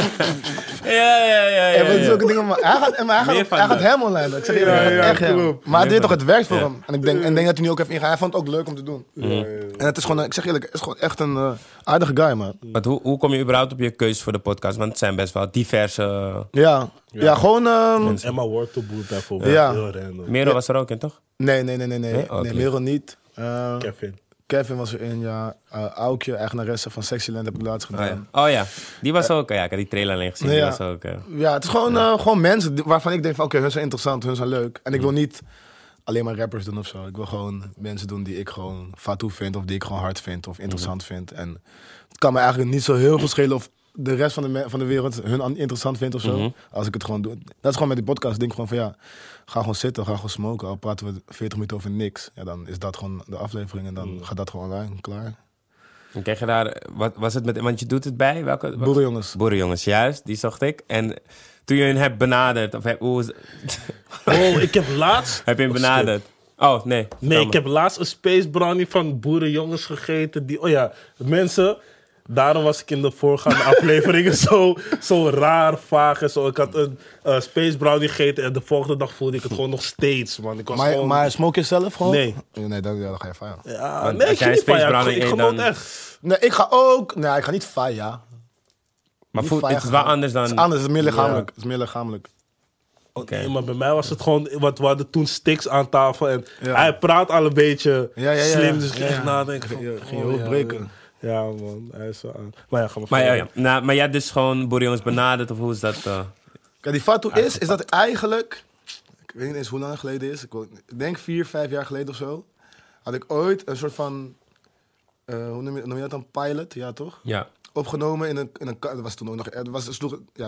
Ja. En met zulke dingen, maar hij gaat hem online. Ik zeg je, hij gaat echt hem. klopt. Maar hij deed toch, het werkt voor hem. En ik denk dat hij nu ook heeft ingegaan. Hij vond het ook leuk om te doen. En het is gewoon, ik zeg eerlijk, het is gewoon echt een aardige guy, man. Maar hoe kom je überhaupt op je keuzes voor de podcast? Want het zijn best wel diverse... Ja, gewoon... Emma Wortelboer bijvoorbeeld. Ja. Heel random. Merel was er ook in, toch? Nee. Oh, oké. Merel niet. Kevin. Was erin, ja. Aukje, eigenaresse van Sexyland, heb ik laatst gedaan. Oh ja. Die was ook... Ja, ik had die trailer alleen gezien. Die was ook... Ja, het is gewoon mensen waarvan ik denk van oké, hun zijn interessant, hun zijn leuk. En ik wil niet alleen maar rappers doen of zo. Ik wil gewoon mensen doen die ik gewoon fatoe vind of die ik gewoon hard vind of interessant vind. En het kan me eigenlijk niet zo heel veel schelen of de rest van de wereld hun interessant vindt of zo. Als ik het gewoon doe. Dat is gewoon met die podcast. Ik denk gewoon van ja, ga gewoon zitten, ga gewoon smoken. Al praten we 40 minuten over niks. Ja, dan is dat gewoon de aflevering en dan gaat dat gewoon online, klaar. En kreeg je daar... Wat was het met... Want je doet het bij? Welke? Boerenjongens. Boerenjongens, juist. Die zocht ik. En toen je hun hebt benaderd... Of Ik heb laatst... heb je hem benaderd? Oh, nee. Nee, ik heb laatst een space brownie van boerenjongens gegeten. Die, mensen... Daarom was ik in de voorgaande afleveringen zo raar, vaag en zo. Ik had een space brownie gegeten en de volgende dag voelde ik het gewoon nog steeds, man. Ik was gewoon... Maar smoke je zelf gewoon? Nee. Nee, dan ga je fire. Ja, Want nee, als ik jij ga niet space van brownie ik eet, genoot dan- echt. Nee, ik ga ook... Nee, ik ga niet fire. Maar Niet het is fire wel gaan. anders dan... Het is anders, het is meer lichamelijk. Het is meer lichamelijk. Oké. Nee, maar bij mij was het gewoon... Want we hadden toen Stix aan tafel en Ja. hij praat al een beetje Ja. slim. Dus ik Ja, echt ja. nadenken van... Ging je hoofd breken. Ja, man. Hij is zo aan. Maar ja, ga maar Maar verder. ja. Nou, maar jij hebt dus gewoon boerenjongens benaderd, of hoe is dat? Kijk, die fatu is dat eigenlijk... Ik weet niet eens hoe lang geleden is. Ik denk 4-5 jaar geleden of zo. Had ik ooit een soort van... hoe noem je dat dan? Pilot, ja toch? Ja. Opgenomen in een dat was toen ook nog... Het was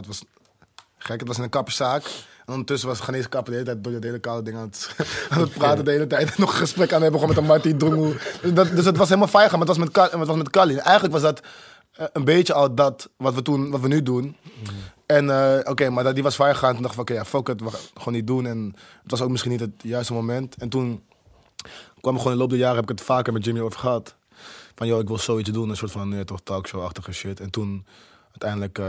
gek, het was in een kapperszaak. En ondertussen was Ghanese kapper de hele tijd door de hele koude ding aan het praten de hele tijd. En nog een gesprek aan hebben, gewoon met een Marty Drongo. Dus het was helemaal fijn gaan, maar het was met Kali. En eigenlijk was dat een beetje al dat wat we nu doen. En maar die was fijn gegaan. Toen dacht ik van fuck it, we gaan het gewoon niet doen. En het was ook misschien niet het juiste moment. En toen kwam gewoon in de loop der jaren, heb ik het vaker met Jimmy over gehad. Van ik wil zoiets doen, een soort van talkshow-achtige shit. En toen uiteindelijk...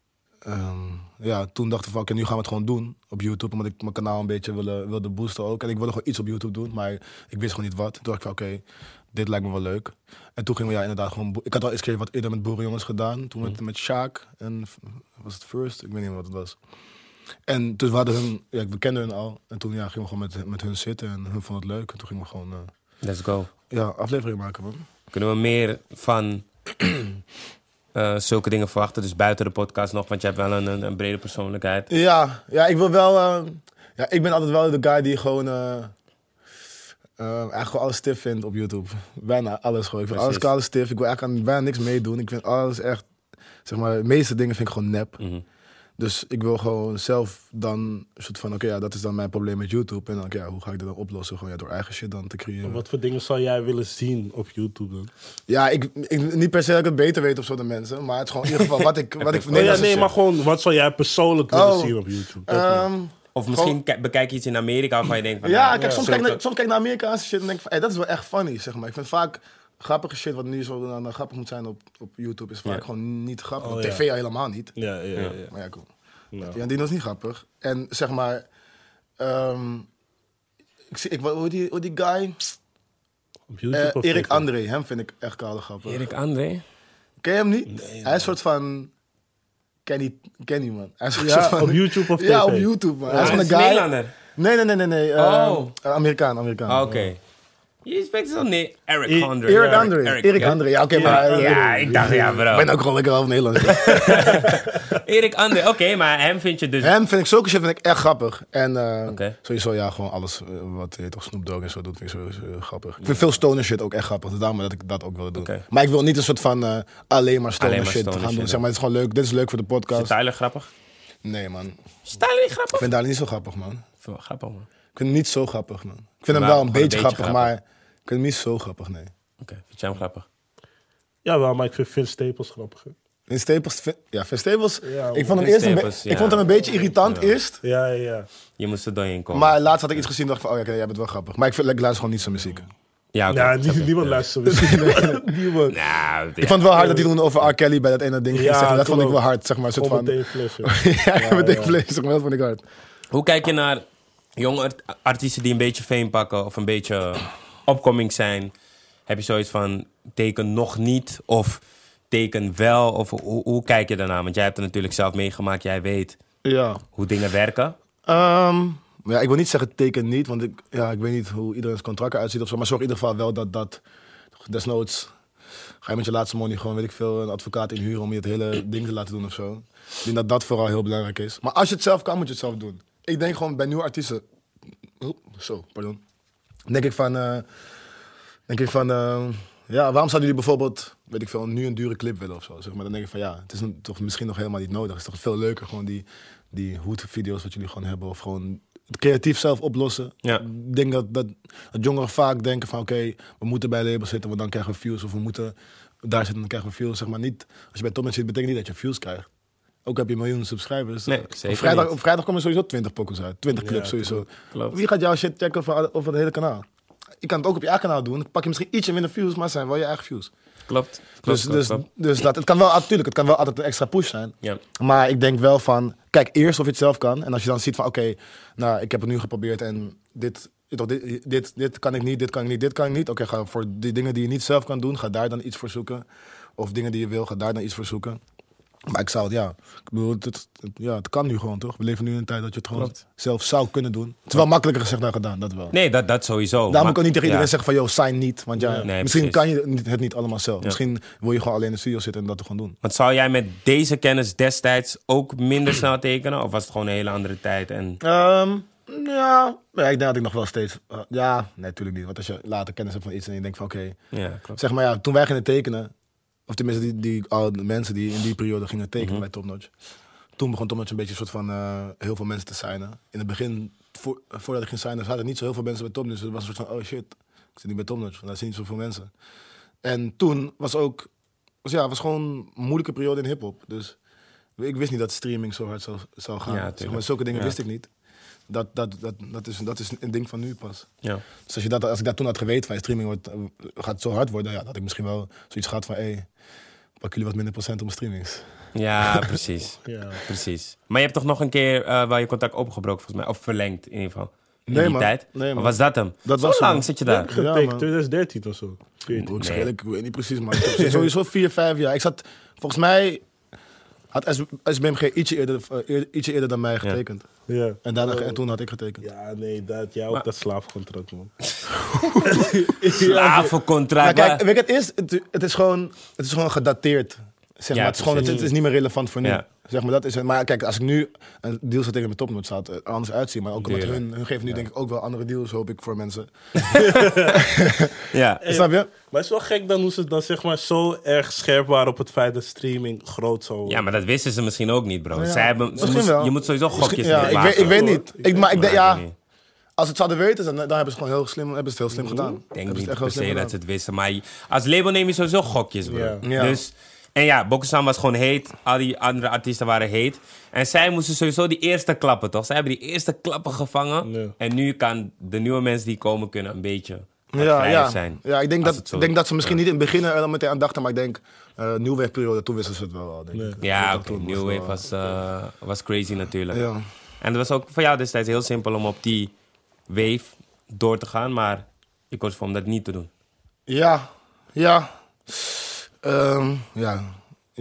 toen dachten we van nu gaan we het gewoon doen op YouTube. Omdat ik mijn kanaal een beetje wilde boosten ook. En ik wilde gewoon iets op YouTube doen, maar ik wist gewoon niet wat. Toen dacht ik van dit lijkt me wel leuk. En toen gingen we inderdaad gewoon... Ik had al eens keer wat eerder met Boerenjongens gedaan. Toen met Sjaak en was het First? Ik weet niet meer wat het was. En toen hadden hun... Ja, we kenden hun al. En toen gingen we gewoon met hun zitten en hun vonden het leuk. En toen gingen we gewoon... Let's go. aflevering maken, man. Kunnen we meer van... zulke dingen verwachten, dus buiten de podcast nog, want je hebt wel een brede persoonlijkheid. Ja, ik wil wel... ik ben altijd wel de guy die gewoon... eigenlijk gewoon alles stif vindt op YouTube. Bijna alles gewoon. Ik vind alles kale stif. Ik wil eigenlijk aan bijna niks meedoen. Ik vind alles echt... Zeg maar, de meeste dingen vind ik gewoon nep. Dus ik wil gewoon zelf dan een soort van, oké, ja, dat is dan mijn probleem met YouTube. En dan, ja, hoe ga ik dat dan oplossen? Gewoon ja, door eigen shit dan te creëren. Wat voor dingen zou jij willen zien op YouTube dan? Ja, ik niet per se dat ik het beter weet of zo dan mensen. Maar het is gewoon in ieder geval wat ik Maar gewoon, wat zou jij persoonlijk willen zien op YouTube? Of misschien bekijk je iets in Amerika waarvan je denkt van... Ja, kijk, soms kijk ik naar Amerikaanse shit en denk van, hey, dat is wel echt funny, zeg maar. Ik vind vaak grappige shit wat nu zo dan grappig moet zijn op YouTube is vaak gewoon niet grappig. Op tv al helemaal niet. Ja. Maar ja, cool. Nou. Ja, die was niet grappig. En zeg maar, hoe die guy? Op YouTube of Erik TikTok? André, hem vind ik echt koude grappig. Erik André? Ken je hem niet? Nee, Hij is een soort van Kenny, man. Hij is een Ja, soort van, op YouTube of tv? Ja, op YouTube, man. Hij is gewoon een guy. Nederlander? Nee. Amerikaan. Oké. Je spreekt zo nee. Erik Erik André. Ja, oké, maar... Ja, ik dacht, ja, bro. Ik ben ook gewoon lekker half Nederlands. Erik André, oké, maar hem vind je dus... Hem vind ik, zulke shit vind ik echt grappig. En Oké. sowieso, ja, gewoon alles wat toch Snoop Dogg en zo doet, vind ik sowieso grappig. Ik vind veel stoner shit ook echt grappig. Dus daarom dat ik dat ook wilde doen. Oké. Maar ik wil niet een soort van alleen maar stoner shit stoner gaan doen. shit, Zeg maar, het is gewoon leuk. Dit is leuk voor de Is podcast. Tyler grappig? Nee, man. Is Tyler niet Ik grappig? vind Tyler niet zo grappig, man. Ik vind hem wel grappig, man. Ik vind hem niet zo grappig, man. Ik vind hem Maar wel een gewoon beetje grappig, maar ik vind hem niet zo grappig, nee. Oké, vind jij hem grappig? Ja, wel, maar ik vind Vince Staples grappiger. Vince Staples, Ja, ik vond hem Vince eerst Staples, ik vond hem een beetje irritant eerst. Ja. Je moest er doorheen komen. Maar laatst had ik iets gezien en dacht van, oh ja, jij bent wel grappig. Maar ik luister gewoon niet zo muziek. Ja, oké. Ja, snap je. niemand luistert misschien. Niemand. Nou, Ik vond het wel hard dat hij toen over R. Kelly bij dat ene ding ging Ja, zeggen. Dat vond ik toen wel hard, zeg maar. Een soort Gewoon van... meteen flashen. ja, meteen vlees, zeg maar. Dat vond ik hard. Hoe kijk je naar jonge artiesten die een beetje fame pakken of een beetje opkoming zijn? Heb je zoiets van teken nog niet of teken wel? Of hoe kijk je daarna? Want jij hebt het natuurlijk zelf meegemaakt. Jij weet Ja. hoe dingen werken. Ja, ik wil niet zeggen teken niet, want ik weet niet hoe iedereen's contract eruit ziet of zo. Maar zorg in ieder geval wel dat desnoods ga je met je laatste money gewoon, weet ik veel, een advocaat inhuren om je het hele ding te laten doen of zo. Ik denk dat dat vooral heel belangrijk is. Maar als je het zelf kan, moet je het zelf doen. Ik denk gewoon bij nieuwe artiesten... Denk ik van... ja, waarom zouden jullie bijvoorbeeld, weet ik veel, nu een dure clip willen of zo? Zeg maar. Dan denk ik van ja, het is toch misschien nog helemaal niet nodig. Het is toch veel leuker gewoon die hoed-video's wat jullie gewoon hebben. Of gewoon het creatief zelf oplossen. Ja. Ik denk dat jongeren vaak denken van oké, we moeten bij labels zitten, want dan krijgen we views. Of we moeten daar zitten, dan krijgen we views. Zeg maar niet, als je bij Tom zit, betekent niet dat je views krijgt. Ook heb je miljoenen subscribers. Nee, zeker op vrijdag komen sowieso 20 pokkels uit. 20 clips sowieso. Klopt. Wie gaat jouw shit checken over het hele kanaal? Je kan het ook op je eigen kanaal doen. Dan pak je misschien ietsje minder views, maar het zijn wel je eigen views. Klopt. Dus het kan wel, natuurlijk, het kan wel altijd een extra push zijn. Ja. Maar ik denk wel van, kijk eerst of je het zelf kan. En als je dan ziet van, oké, nou, ik heb het nu geprobeerd en dit kan ik niet, dit kan ik niet, dit kan ik niet. Oké, ga voor die dingen die je niet zelf kan doen, ga daar dan iets voor zoeken. Of dingen die je wil, ga daar dan iets voor zoeken. Maar ik zou het, ik bedoel, het kan nu gewoon, toch? We leven nu in een tijd dat je het gewoon zelf zou kunnen doen. Het is wel makkelijker gezegd dan gedaan, dat wel. Nee, dat sowieso. Daar moet ik ook niet tegen iedereen zeggen van, sign niet. Want Nee, misschien precies. kan je het niet allemaal zelf. Ja. Misschien wil je gewoon alleen in de studio zitten en dat gewoon doen. Want zou jij met deze kennis destijds ook minder snel tekenen? Of was het gewoon een hele andere tijd? En... Ja, ik denk dat ik nog wel steeds... nee, natuurlijk niet. Want als je later kennis hebt van iets en je denkt van, oké. Ja, klopt. Zeg maar, toen wij gingen tekenen... Of tenminste, de mensen die in die periode gingen tekenen bij Top Notch. Toen begon Top Notch een beetje een soort van heel veel mensen te signen. In het begin, voordat ik ging signen, zaten er niet zo heel veel mensen bij Top Notch. Dus het was een soort van, oh shit, ik zit niet bij Top Notch. Want daar zijn niet zoveel mensen. En toen was gewoon een moeilijke periode in hiphop. Dus ik wist niet dat streaming zo hard zou gaan. Ja, zeg maar, zulke dingen wist ik niet. Dat is een ding van nu pas. Ja. Dus als ik dat toen had geweten van streaming gaat zo hard worden, ja, dat ik misschien wel zoiets gehad van, pak jullie wat minder procent op mijn streamings. Ja, precies. Precies. Maar je hebt toch nog een keer waar je contact opgebroken volgens mij, of verlengd in ieder geval. In die tijd. Nee, maar was dat hem? Dat zo was lang hem. zit je daar. Getekend 2013 of zo. Ik weet niet precies, maar ik heb sowieso 4-5 jaar. Ik zat, volgens mij had SBMG ietsje eerder dan mij getekend. Ja. En toen had ik getekend. Ja, nee, jij ook dat slaafcontract, man. Slavencontract. Maar kijk, weet je, het is gewoon gedateerd. Zeg maar. Ja, Het is niet meer relevant voor nu. Ja. Zeg maar, dat is het. Maar kijk, als ik nu een deal zou tegen mijn topnot, zou het er anders uitzien. Maar ook omdat Tuurlijk. hun geven nu denk ik ook wel andere deals, hoop ik, voor mensen. Ja. Snap je? Maar het is wel gek dan hoe ze dan zeg maar zo erg scherp waren op het feit dat streaming groot zou worden. Ja, maar dat wisten ze misschien ook niet, bro. Ja. Zij hebben, Misschien wel. je moet sowieso gokjes Ja, mee maken. ik weet niet. Maar ik denk, Ja, ja, ik weet niet. als ze het zouden weten, dan hebben ze het gewoon heel slim gedaan. Ik denk Hebben ze niet het echt per heel slim se dat gedaan. ze het wisten. Maar als label neem je sowieso gokjes, bro. Ja. Ja. Dus, en ja, Bokusan was gewoon heet. Al die andere artiesten waren heet. En zij moesten sowieso die eerste klappen, toch? Zij hebben die eerste klappen gevangen. Ja. En nu kan de nieuwe mensen die komen kunnen een beetje wat Ja, vrijer ja. zijn. Ja, ik denk, Als het zo- ik denk dat ze misschien niet in het begin er dan meteen aan dachten, maar ik denk, nieuwwegperiode, toen wisten ze het wel. Denk ik. Ja, Dat oké. toen New wel- Wave was crazy natuurlijk. Ja. En het was ook voor jou destijds heel simpel om op die wave door te gaan. Maar ik koos voor om dat niet te doen. Ja, ja. Ja.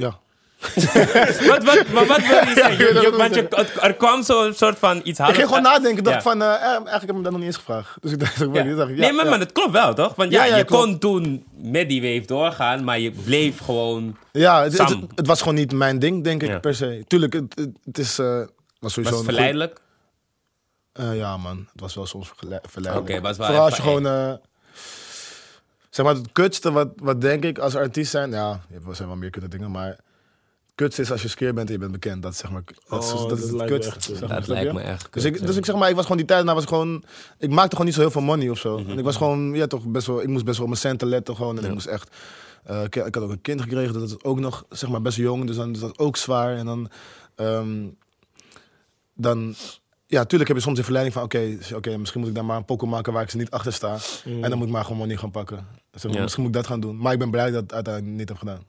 Maar wat wil je zeggen? ik weet het Want er kwam zo'n soort van iets half... Ik ging gewoon nadenken, dacht Ja. van, eigenlijk heb ik me dat nog niet eens gevraagd. Dus ik dacht, Ja. Nee, maar dat klopt wel, toch? Want Ja, je klopt. kon toen met die wave doorgaan, maar je bleef gewoon... Ja, Sam. het was gewoon niet mijn ding, denk ik, Ja. per se. Tuurlijk, het is... was Was sowieso het een verleidelijk? ja, man. Het was wel soms verleidelijk. Oké, was wel Vooral als je even gewoon... zeg maar, het kutste wat denk ik als artiest zijn... Ja, er zijn wel meer kutte dingen, maar... Het kutste is als je skeer bent en je bent bekend. Dat is, zeg maar, dat is dat het lijkt me kutste. echt, zeg ja. maar, Dat snap lijkt je? me echt Dus kut, ik zeg maar, ik was gewoon die tijd, was gewoon... Ik maakte gewoon niet zo heel veel money of zo. Mhm. En ik was gewoon, ja toch, best wel... Ik moest best wel op mijn centen letten gewoon. En ik moest echt... ik had ook een kind gekregen, dat is ook nog, zeg maar, best jong. Dus dan is dat ook zwaar. En dan ja, tuurlijk heb je soms de verleiding van... Oké, misschien moet ik daar maar een pokoe maken waar ik ze niet achter sta. En dan moet ik maar gewoon money gaan pakken. Dus Ja. misschien moet ik dat gaan doen. Maar ik ben blij dat ik het uiteindelijk niet heb gedaan.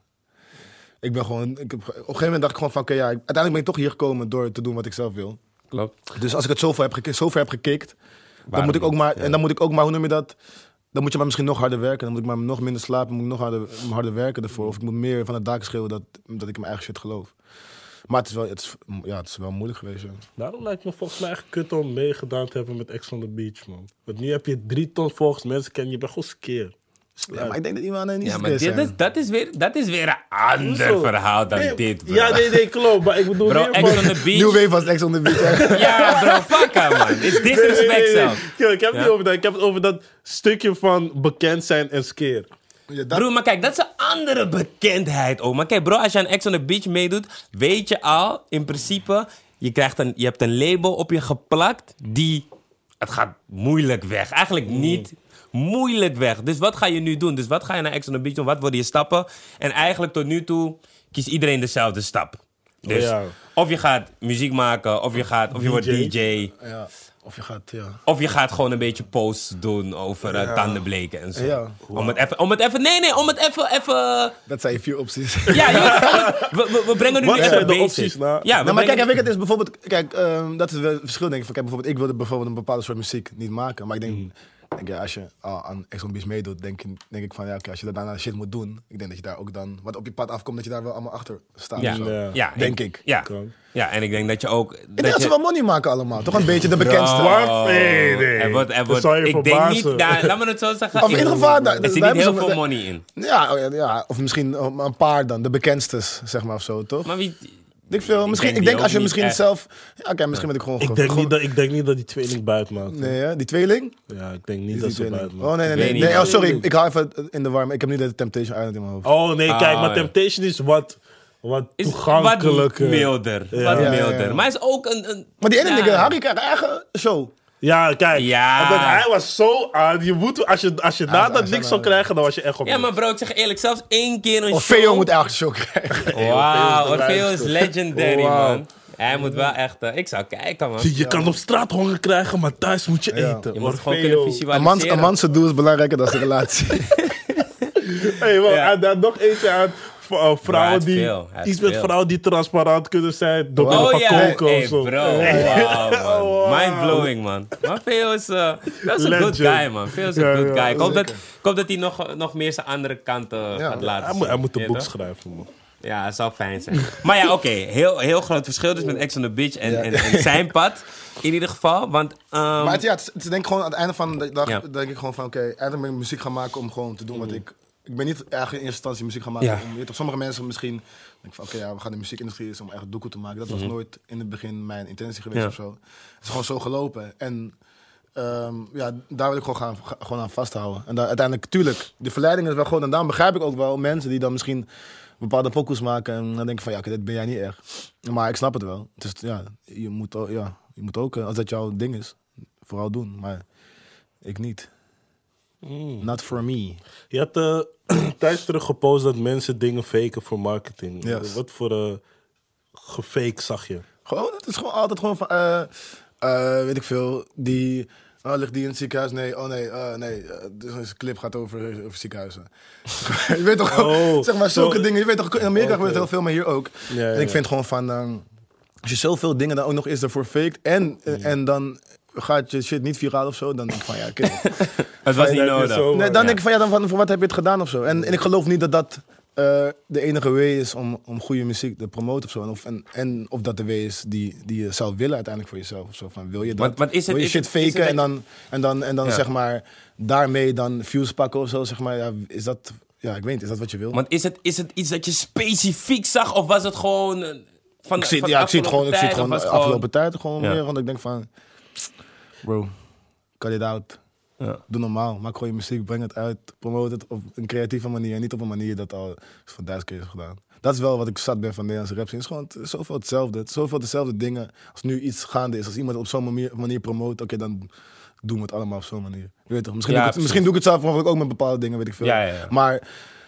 Ik ben gewoon... op een gegeven moment dacht ik gewoon van... Oké, ja, uiteindelijk ben ik toch hier gekomen door te doen wat ik zelf wil. Klopt. Dus als ik het zover heb gekikt... Dan Waarom moet ik ook niet? maar... Ja. En dan moet ik ook maar, hoe noem je dat... Dan moet je maar misschien nog harder werken. Dan moet ik maar nog minder slapen. Moet ik nog harder werken ervoor. Of ik moet meer van het dak schreeuwen dat ik in mijn eigen shit geloof. Maar het is wel moeilijk geweest, ja. Daarom lijkt me volgens mij echt kut om meegedaan te hebben met Ex on the Beach, man. Want nu heb je 3 ton volgens mensen kennen, je bent gewoon skeer. Ja, maar ik denk dat iemand niet Ja, zo maar zijn. dat is weer een ander Hoezo? verhaal dan Nee, dit, bro. ja, nee, klopt. Maar ik bedoel Bro, meer Ex van- on the Beach... New Wave was Ex on the Beach. Ja, bro, fuck hem, man. It's disrespect zelf. Kill, ik heb het Ja. niet over dat. Ik heb het over dat stukje van bekend zijn en skeer. Ja, Bro, maar kijk, dat is een andere bekendheid ook. Maar kijk, bro, als je aan Ex on the Beach meedoet, weet je al, in principe, je hebt een label op je geplakt die... Het gaat moeilijk weg. Eigenlijk niet moeilijk weg. Dus wat ga je nu doen? Dus wat ga je naar Ex on the Beach doen? Wat worden je stappen? En eigenlijk tot nu toe kiest iedereen dezelfde stap. Dus ja. of je gaat muziek maken, of je wordt DJ... Ja, of je gaat, ja. Of je gaat gewoon een beetje posts doen over tandenbleken en zo. Ja. Om het even... om het even... Dat zijn je 4 opties. Ja, we brengen nu Wat even zijn de basic. opties, nou? Ja, we Nou, maar kijk, brengen- weet je, het is bijvoorbeeld... Kijk, dat is wel het verschil, denk ik. Van, kijk, bijvoorbeeld, ik wilde bijvoorbeeld een bepaalde soort muziek niet maken. Maar ik denk, ja, als je aan Ex on the Beach meedoet, denk ik van... Ja, oké, als je daarna shit moet doen... Ik denk dat je daar ook dan... Wat op je pad afkomt, dat je daar wel allemaal achter staat. Ja, of zo. ja, Denk ik. Ja. Kan. Ja, en ik denk dat je ook... Ik denk dat ze wel money maken allemaal. Toch een beetje de bekendste. Wat? Nee. Er zou je ik denk verbazen. niet... Nou, laat me het zo zeggen. Of in ieder geval... Er zit niet heel veel money in. Ja, of misschien een paar dan. De bekendstes, zeg maar, of zo, toch? Maar wie... Ik denk die als je ook misschien niet zelf... Ja, oké, misschien ben ik gewoon... Ik denk niet dat die tweeling buiten maakt. Nee, hè? Die tweeling? Ja, ik denk niet Die dat ze tweeling. buiten maakt. Oh, nee. weet niet. Nee, oh, sorry. Ik hou even in de warm. Ik heb nu de Temptation Island in mijn hoofd. Oh nee, kijk, maar ja. Temptation is wat Is toegankelijker. wat milder. Ja. Wat Ja, milder. ja, ja. Maar hij is ook een... Maar die ene ja. nigga, Harry krijgt een eigen show. Ja, kijk. Ja. Want hij was zo aan. Je moet, als je daar dat hij niks is zou krijgen, dan was je echt op. Ja, maar bro, ik zeg je eerlijk, zelfs 1 keer een Of show... Veo moet eigenlijk een show krijgen. Wauw, Orfeo is de Orfeo is lijpste. legendary, Wauw. man. Hij moet wel echt... ik zou kijken, man. Je kan op straat honger krijgen, maar thuis moet je Ja. eten. Je moet gewoon Orfeo. kunnen visualiseren. Een man's doel is belangrijker dan zijn relatie. Hey, man, Ja. en dan nog eentje aan vrouwen heeft die... veel, hij heeft Iets met veel. vrouwen die transparant kunnen zijn. Door Oh van ja, koken hey of zo. bro, wow, man. Wow. Mind-blowing, man. Maar Theo is een good Legend. guy, man. Theo is een Ja, good ja, guy. Ik hoop dat hij nog meer zijn andere kanten gaat laten zien. Hij moet een Ja, boek toch? schrijven, man. Ja, het zou fijn zijn. Maar ja, oké. Heel groot verschil dus met Ex on the Beach en zijn pad. In ieder geval, want... Maar het is denk ik gewoon aan het einde van de dag... Ja. denk ik gewoon van... Oké, eindelijk ben ik muziek gaan maken om gewoon te doen wat ik ik ben niet eigenlijk in eerste instantie muziek gaan maken. Ja. Om, toch, sommige mensen misschien denken van, oké, we gaan de muziekindustrie is om echt doekoe te maken. Dat was nooit in het begin mijn intentie geweest of zo. Het is gewoon zo gelopen. En daar wil ik gewoon aan vasthouden. En uiteindelijk, tuurlijk, de verleiding is wel gewoon. En daarom begrijp ik ook wel mensen die dan misschien bepaalde pokoes maken. En dan denk ik van, ja, oké, dit ben jij niet echt. Maar ik snap het wel. Dus ja, je moet ook, als dat jouw ding is, vooral doen. Maar ik niet. Not for me. Je had een tijd terug gepost dat mensen dingen faken voor marketing. Yes. Wat voor gefake zag je? Gewoon, het is gewoon altijd gewoon van, weet ik veel, ligt die in het ziekenhuis? Nee, deze clip gaat over ziekenhuizen. Je weet toch, zeg maar, zulke dingen. Je weet toch, in Amerika gebeurt heel veel, maar hier ook. Ja, en ik vind gewoon van, als je zoveel dingen dan ook nog eens ervoor faked en dan gaat je shit niet viraal of zo, dan denk ik van, ja, oké. Het was niet nodig. Nee, dan denk ik van, ja, voor wat heb je het gedaan of zo? En ik geloof niet dat de enige way is om goede muziek te promoten of zo. En of dat de way is die je zou willen uiteindelijk voor jezelf of zo. Van, wil je dat? Want wil je shit faken en dan zeg maar daarmee dan views pakken of zo, zeg maar. Ja, is dat, ja, ik weet niet, is dat wat je wil? Want is het iets dat je specifiek zag of was het gewoon Ik zie het gewoon de afgelopen tijd gewoon meer, want ik denk van, bro, cut it out. Ja. Doe normaal, maak gewoon je muziek, breng het uit, promote het op een creatieve manier. En niet op een manier dat al van 1000 keer is gedaan. Dat is wel wat ik zat ben van Nederlandse rap. Het is gewoon zoveel hetzelfde. Het is zoveel dezelfde dingen. Als nu iets gaande is, als iemand op zo'n manier promoot, oké, dan doen we het allemaal op zo'n manier. Je weet toch? Misschien doe ik het zelf mogelijk ook met bepaalde dingen, weet ik veel. Ja. Maar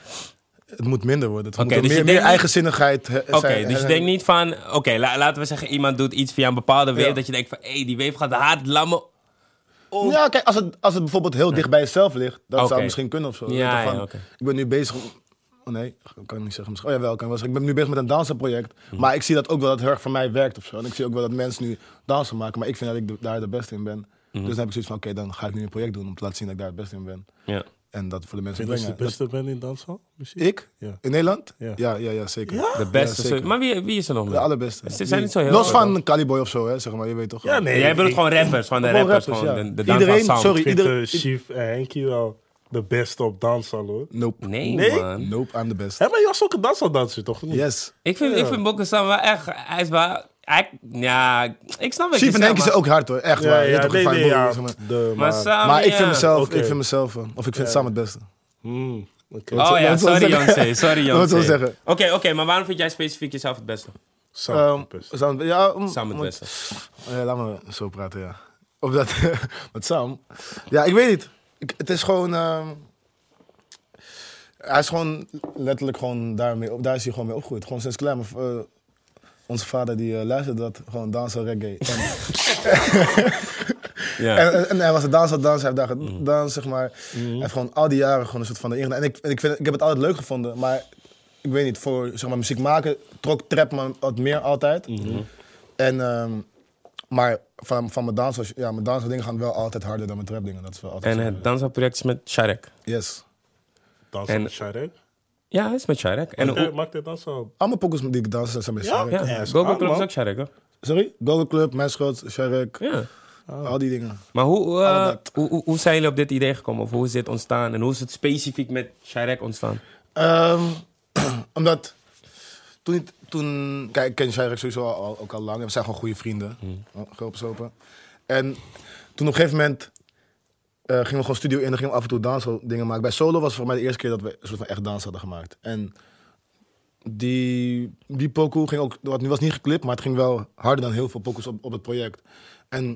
het moet minder worden. Het Oké, moet dus meer eigenzinnigheid Oké, dus je denkt niet van, laten we zeggen, iemand doet iets via een bepaalde wave, Ja. dat je denkt van, die wave gaat hard, laat me. Ja, kijk, als het bijvoorbeeld heel dicht bij jezelf ligt, dat zou Oké. het misschien kunnen of zo. Ja, Weet je, van, oké. Ik ben nu bezig. Oh nee, kan ik niet zeggen. Misschien. Oh ja, wel, kan ik wel zeggen. Ik ben nu bezig met een dansenproject. Maar ik zie dat ook wel dat het heel erg voor mij werkt of zo. En ik zie ook wel dat mensen nu dansen maken. Maar ik vind dat ik daar de beste in ben. Dus dan heb ik zoiets van, oké, dan ga ik nu een project doen om te laten zien dat ik daar het beste in ben. Ja. En dat voor de mensen Vind je brengen. de beste band in danshal? Muziek? Ik? Ja. In Nederland? Ja. Ja, zeker. De beste. Ja, zeker. Maar wie is er nog meer? De allerbeste. Ze zijn niet zo heel Los veel, van Caliboy of zo, hè, zeg maar. Je weet toch? Ja, nee. Jij bedoelt gewoon rappers, van de Gewoon rappers, rappers, gewoon ja. de dansbal Iedereen, sound. sorry. Ik vind Chief en Henkie wel de beste op danshal, hoor. Nope. Nee, man. Nope, I'm the best. Hé, maar je was ook een dansaldanser, toch? Yes. Ik vind Boko Sam wel echt, hij is wel, ik snap wat je Chief en zegt, Henk is maar- ook hard hoor, echt waar. Je weet toch, nee, fijn nee, boel, ja. zeg maar. Maar Sam, Maar ik ja. vind mezelf, Oké. of ik vind Sam het beste. Oké. Oh ja, Laat het zo sorry zeggen. Jonse, sorry Laat het zo Jonse. zeggen. Oké, maar waarom vind jij specifiek jezelf het beste? Sam, best. Sam Sam het beste. Laat me zo praten, ja. Of dat, met Sam. Ja, ik weet niet. Het is gewoon... hij is gewoon letterlijk gewoon daar is hij gewoon mee opgegroeid. Gewoon sinds klein. Onze vader die luisterde dat, gewoon dansen, reggae. Ja. En hij was een danser, hij heeft daar gedanst, zeg maar. Hij heeft gewoon al die jaren gewoon een soort van erin gedaan. En ik heb het altijd leuk gevonden, maar ik weet niet, voor zeg maar, muziek maken trok trap me wat meer altijd. En, maar van mijn dansdingen gaan wel altijd harder dan mijn trapdingen. Dat is wel altijd En zo. het dansproject is met Sharek. Yes. Dansen En- met Sharek? Ja, het is met Sharek. En hoe... Maakt hij dansen? Allemaal pokkels die ik dansen zijn met Sharek. Ja, Ja, is Gogo hard, Club is man. ook Sharek, hoor. Sorry? Gogo Club, Mijn Schot, Sharek, Ja. al die dingen. Maar Allemaal. hoe zijn jullie op dit idee gekomen? Of hoe is dit ontstaan? En hoe is het specifiek met Sharek ontstaan? Omdat toen kijk, ik ken Sharek sowieso ook al lang. En we zijn gewoon goede vrienden. Open. En toen op een gegeven moment gingen we gewoon studio in en gingen we af en toe dansdingen maken. Bij Solo was het voor mij de eerste keer dat we een soort van echt dans hadden gemaakt. En die pokoe ging ook, nu was het niet geklipt, maar het ging wel harder dan heel veel pokoes op het project. En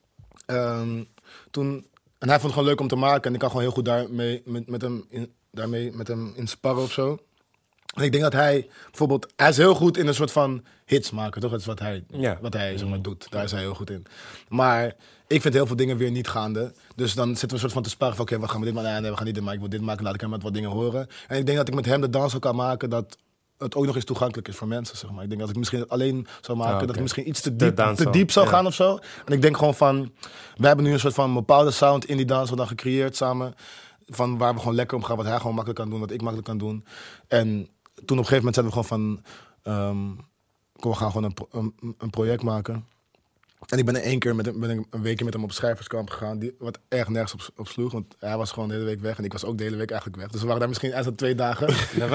hij vond het gewoon leuk om te maken en ik kan gewoon heel goed daarmee met hem in sparren of zo. En ik denk dat hij bijvoorbeeld, hij is heel goed in een soort van hits maken, toch? Dat is wat hij zeg maar, doet. Daar is hij heel goed in. Maar ik vind heel veel dingen weer niet gaande. Dus dan zitten we een soort van te sparren van, oké, we gaan dit maken. Nee, we gaan niet dit maken. Ik wil dit maken, laat ik hem met wat dingen horen. En ik denk dat ik met hem de dans ook kan maken dat het ook nog eens toegankelijk is voor mensen, zeg maar. Ik denk dat ik misschien het alleen zou maken, oké. dat ik misschien iets te dansel, diep zou ja. gaan of zo. En ik denk gewoon van, we hebben nu een soort van bepaalde sound in die dans dan gecreëerd samen. Van waar we gewoon lekker om gaan, wat hij gewoon makkelijk kan doen, wat ik makkelijk kan doen. En toen op een gegeven moment zeiden we gewoon van, kom, we gaan gewoon een project maken. En ik ben in één keer een weekje met hem op schrijverskamp gegaan. Wat echt nergens op sloeg. Want hij was gewoon de hele week weg. En ik was ook de hele week eigenlijk weg. Dus we waren daar misschien uit 2 dagen.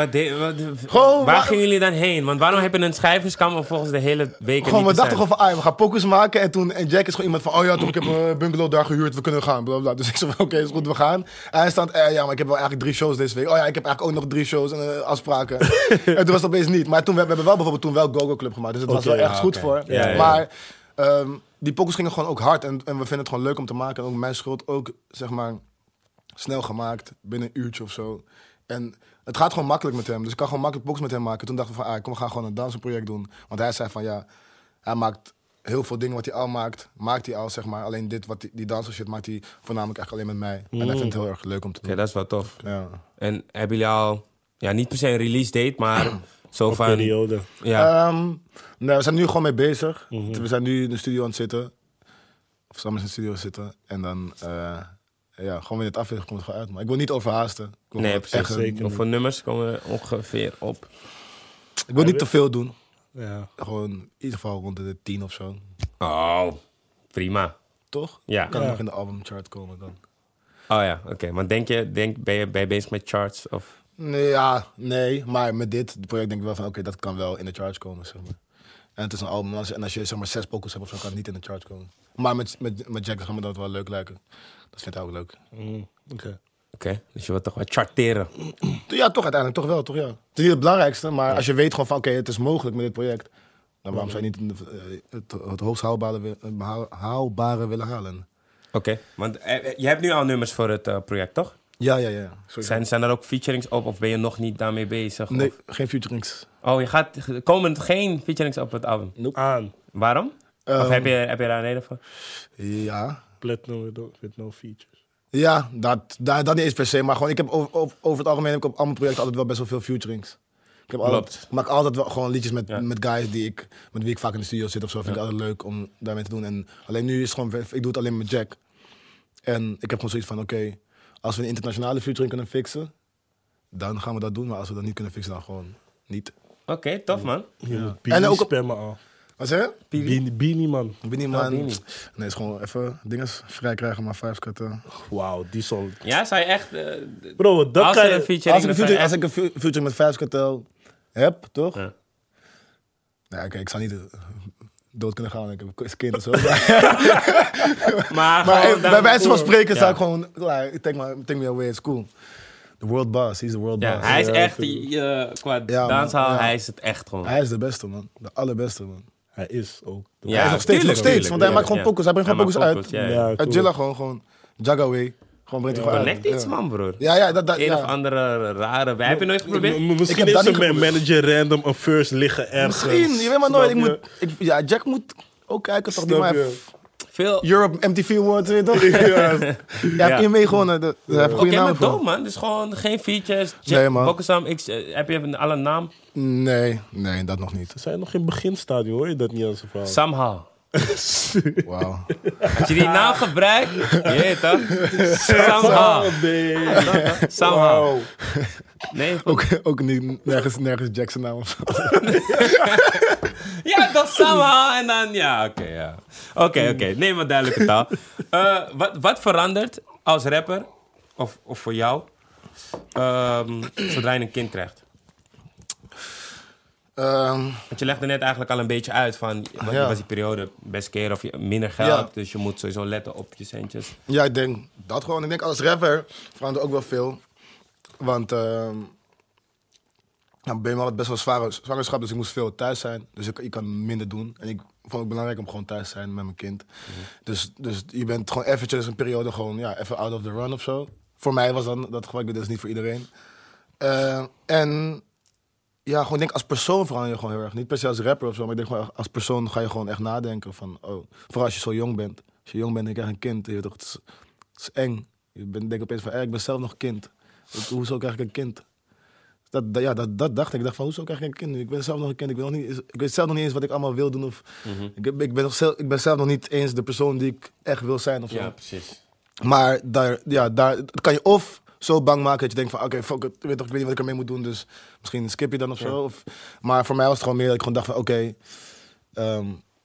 Nou, waar gingen jullie dan heen? Want waarom heb je een schrijverskamp volgens de hele week? Gewoon, we dachten gewoon van, we gaan pokus maken. En Jack is gewoon iemand van, oh ja, toch, ik heb een bungalow daar gehuurd. We kunnen gaan. Blablabla. Dus ik zei van, oké, is goed, we gaan. En hij staat, ja, maar ik heb wel eigenlijk 3 shows deze week. Oh ja, ik heb eigenlijk ook nog 3 shows en afspraken. En toen was het opeens niet. Maar we hebben wel bijvoorbeeld toen wel Go-Go Club gemaakt. Dus het was wel ergens goed voor. Ja. Maar... die pokus gingen gewoon ook hard en we vinden het gewoon leuk om te maken. En ook mijn schuld ook, zeg maar, snel gemaakt. Binnen een uurtje of zo. En het gaat gewoon makkelijk met hem. Dus ik kan gewoon makkelijk pokus met hem maken. Toen dachten we van, kom, we gaan gewoon een dansenproject doen. Want hij zei van, ja, hij maakt heel veel dingen wat hij al maakt hij al, zeg maar. Alleen dit, die dansen shit, maakt hij voornamelijk eigenlijk alleen met mij. En hij vindt het heel erg leuk om te doen. Oké, dat is wel tof. Ja. En hebben jullie al, ja, niet per se een release date, maar zo van... periode. Ja. Nee, we zijn nu gewoon mee bezig. We zijn nu in de studio aan het zitten. Of samen in de studio zitten. En dan, gewoon weer het afleveren komt het gewoon uit. Maar ik wil niet overhaasten. Ik wil Nee, gewoon precies. echt Zeker. Hoeveel nummers komen er ongeveer op? Ik wil niet te veel doen. Ja. Gewoon in ieder geval rond de 10 of zo. Oh, prima. Toch? Ja. Kan nog in de albumchart komen dan. Oh ja, oké. Maar ben je bezig met charts? Of? Nee. Maar met dit project denk ik wel van, oké, dat kan wel in de charts komen, zeg maar. En het is een album. En als je zeg maar 6 pokus hebt of zo, kan het niet in de charts komen. Maar met Jack gaan we dat wel leuk lijken. Dat vindt hij ook leuk. Oké, dus je wilt toch wel charteren? Ja, toch uiteindelijk. Toch wel, toch ja. Het is niet het belangrijkste, maar als je weet gewoon van, oké, het is mogelijk met dit project. Dan waarom zou je niet het hoogst haalbare willen halen? Oké, want je hebt nu al nummers voor het project, toch? Ja. Zijn er ook featurings op of ben je nog niet daarmee bezig? Nee, Of? geen featurings. Oh, komen geen featurings op het album? Nope. Aan. Waarom? Of heb je daar een reden voor? Ja. Platinum with no features. Ja, dat niet eens per se. Maar gewoon, ik heb over het algemeen heb ik op allemaal projecten altijd wel best wel veel featurings. Ik maak altijd wel gewoon liedjes met guys met wie ik vaak in de studio zit of zo. Vind ik altijd leuk om daarmee te doen. En alleen nu is het gewoon, ik doe het alleen met Jack. En ik heb gewoon zoiets van, oké, als we een internationale featuring kunnen fixen, dan gaan we dat doen. Maar als we dat niet kunnen fixen, dan gewoon niet. Oké, tof man. Ja. En ook spammen al. Wat zeg je? Beanie man. Beanie man. Beanie. Nee, het is gewoon even dingen vrij krijgen, maar 5 Wauw, die zal... Ja, zou je echt... Bro, dat als kan er een je... featuring... Als ik een featuring met 5 heb, toch? Ja. Ja, oké, ik zou niet dood kunnen gaan. Ik heb een kind of zo. Maar bij wijze van spreken zou ik gewoon... Take me away, it's cool. The world boss, he's the world Ja, boss. hij is echt, qua danshaal, hij is het echt gewoon. Hij is de beste, man. De allerbeste, man. Hij is ook... Ja, hij is nog steeds, tuurlijk, want hij maakt gewoon pokus. Hij brengt gewoon pokus uit. Ja. Uit Jilla gewoon Jagaway. Gewoon brengt hij gewoon uit. Connect iets, man, broer. Ja, Een of andere rare... Heb je nooit geprobeerd? Misschien Ik heb is dat een niet manager random een first liggen ergens. Misschien, je weet maar nooit. Snap je? Jack moet ook kijken, toch? Snap Die je? Veel... Europe MTV Awards, weet je toch? Ja. Jij hebt hier mee gewonnen. Daar heb je goede Oké, naam maar voor. dope, man. Dus gewoon geen features. Nee, man. Bokkensam, heb je alle naam? Nee, dat nog niet. We zijn nog in beginstadium, hoor je dat niet als een verhaal? Somehow. Wauw. Als je die naam gebruikt, je weet toch? Somehow. Somehow. Wow. Nee, goed. Ook niet, nergens Jackson naam of zo. Ja, toch somehow. En dan, ja, oké. Nee, maar duidelijke taal. Wat verandert als rapper, of voor jou, zodra je een kind krijgt? Want je legde net eigenlijk al een beetje uit van... Ja. was die periode best keer of je minder geld... Ja. dus je moet sowieso letten op je centjes. Ja, ik denk dat gewoon. Ik denk als rapper verandert ook wel veel. Want ben je wel best wel zware zwangerschap, dus ik moest veel thuis zijn. Dus ik kan minder doen. En ik vond het belangrijk om gewoon thuis te zijn met mijn kind. Dus je bent gewoon eventjes een periode gewoon, even out of the run of zo. Voor mij was dan dat geval, dat is niet voor iedereen. En ja, gewoon denk als persoon verander je gewoon heel erg. Niet per se als rapper of zo, maar ik denk gewoon als persoon ga je gewoon echt nadenken van, vooral als je zo jong bent. Als je jong bent en je krijgt een kind, je weet toch, het is eng. Je denkt opeens van, ik ben zelf nog kind. Hoezo krijg ik een kind? Dat dacht ik. Ik dacht van, hoezo krijg ik een kind? Ik ben zelf nog een kind. Ik weet zelf nog niet eens wat ik allemaal wil doen. Of, ik ben zelf nog niet eens de persoon die ik echt wil zijn. Of zo. Ja, precies. Maar daar kan je of zo bang maken dat je denkt van, oké, fuck it, ik weet niet wat ik ermee moet doen. Dus misschien skip je dan of zo. Maar voor mij was het gewoon meer dat ik gewoon dacht van,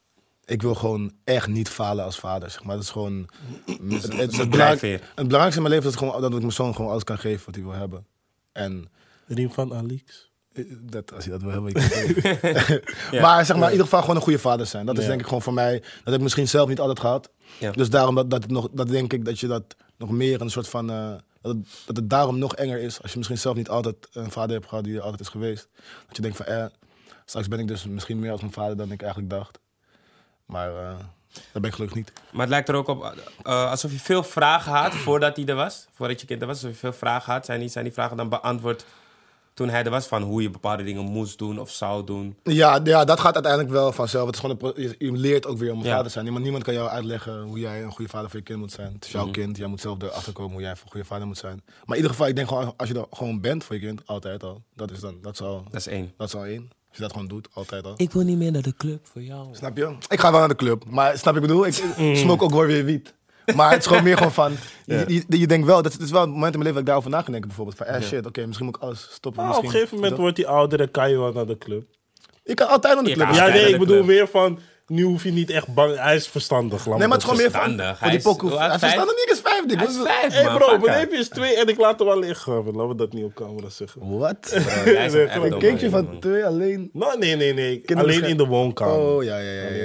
ik wil gewoon echt niet falen als vader, zeg maar. Dat is gewoon... het drijfveer. belangrijkste in mijn leven is gewoon dat ik mijn zoon gewoon alles kan geven wat hij wil hebben. En Riem van Alix. als je dat wil hebben. Ja. Maar zeg maar, in ieder geval gewoon een goede vader zijn. Dat is denk ik gewoon voor mij... Dat heb ik misschien zelf niet altijd gehad. Ja. Dus daarom dat denk ik dat je dat nog meer een soort van... dat het daarom nog enger is. Als je misschien zelf niet altijd een vader hebt gehad die er altijd is geweest. Dat je denkt van, straks ben ik dus misschien meer als mijn vader dan ik eigenlijk dacht. Maar dat ben ik gelukkig niet. Maar het lijkt er ook op alsof je veel vragen had voordat hij er was. Voordat je kind er was. Alsof je veel vragen had. Zijn die vragen dan beantwoord toen hij er was? Van hoe je bepaalde dingen moest doen of zou doen? Ja, dat gaat uiteindelijk wel vanzelf. Het is gewoon je leert ook weer om een vader te zijn. Niemand kan jou uitleggen hoe jij een goede vader voor je kind moet zijn. Het is jouw kind. Jij moet zelf erachter komen hoe jij een goede vader moet zijn. Maar in ieder geval, ik denk gewoon als je er gewoon bent voor je kind. Altijd al. Dat is 1. Dat is al 1. Als je dat gewoon doet, altijd al. Ik wil niet meer naar de club voor jou. Snap je? Ik ga wel naar de club. Maar snap je wat ik bedoel? Ik smoke ook wel weer wiet. Maar het is gewoon meer gewoon van... Je denkt wel... Dat is wel het moment in mijn leven dat ik daarover na kan denken. Bijvoorbeeld van, shit, oké, misschien moet ik alles stoppen. Op een gegeven moment wordt hij ouder en kan je wel naar de club. Je kan altijd naar de club. Ja, nee, ik bedoel meer van... Nu hoef je niet echt bang... Hij is verstandig. Nee, maar het is gewoon meer van... Voor die pokoe. Hij is verstandig niet, is 5. Hij is 5, Hé bro, mijn neefje is 2 en ik laat hem wel liggen. Laten we dat niet op camera zeggen. Wat? Een kindje van 2 alleen? Nee. Alleen in de woonkamer. Oh, ja.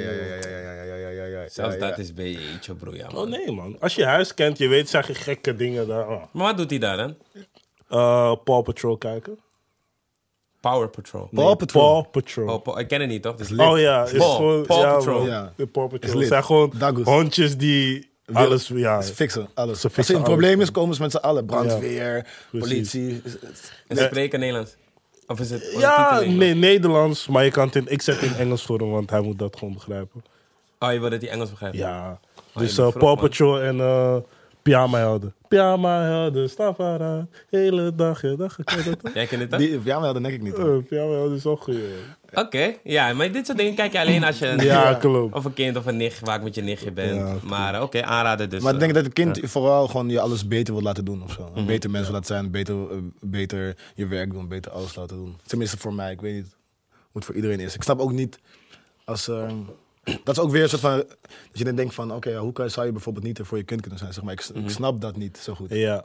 Zelfs dat is beetje, bro. Ja, oh nee, man. Als je huis kent, je weet, zeg je gekke dingen daar. Maar wat doet hij daar dan? Paw Patrol kijken. Power Patrol. Paw Patrol. Ik ken het niet, toch? Dus Oh ja, is gewoon... Paw Patrol. Ja. Paw Patrol. Het zijn gewoon hondjes die alles... Ja, ze fixen alles. Ze fixen Als er een alles. probleem is, komen ze met z'n allen. Brandweer, politie. En ze spreken Nederlands? Of is het nee, Nederlands. Maar je kan het ik zet in Engels voor hem, want hij moet dat gewoon begrijpen. Oh, je wil dat hij Engels begrijpt? Ja. Dus je bent Paw vroeg, Patrol en Pyjama Helden. Pyjama Helden, sta vooraan. Hele dag, ja, dag. Jij kent het dan? Die dat denk ik niet. Pyjama Helden is ook goed. Oké, ja, maar dit soort dingen kijk je alleen als je Klopt. of een kind of een nicht, vaak met je nichtje bent. Ja, maar oké, aanraden dus. Maar ik denk dat het kind vooral gewoon je alles beter wil laten doen of zo. Een beter mens wil laten zijn, beter je werk doen, beter alles laten doen. Tenminste voor mij, ik weet niet hoe het voor iedereen is. Ik snap ook niet als... dat is ook weer een soort van... Dat je dan denkt van, oké, hoe zou je bijvoorbeeld niet er voor je kind kunnen zijn? Zeg maar. Ik snap dat niet zo goed. Ja.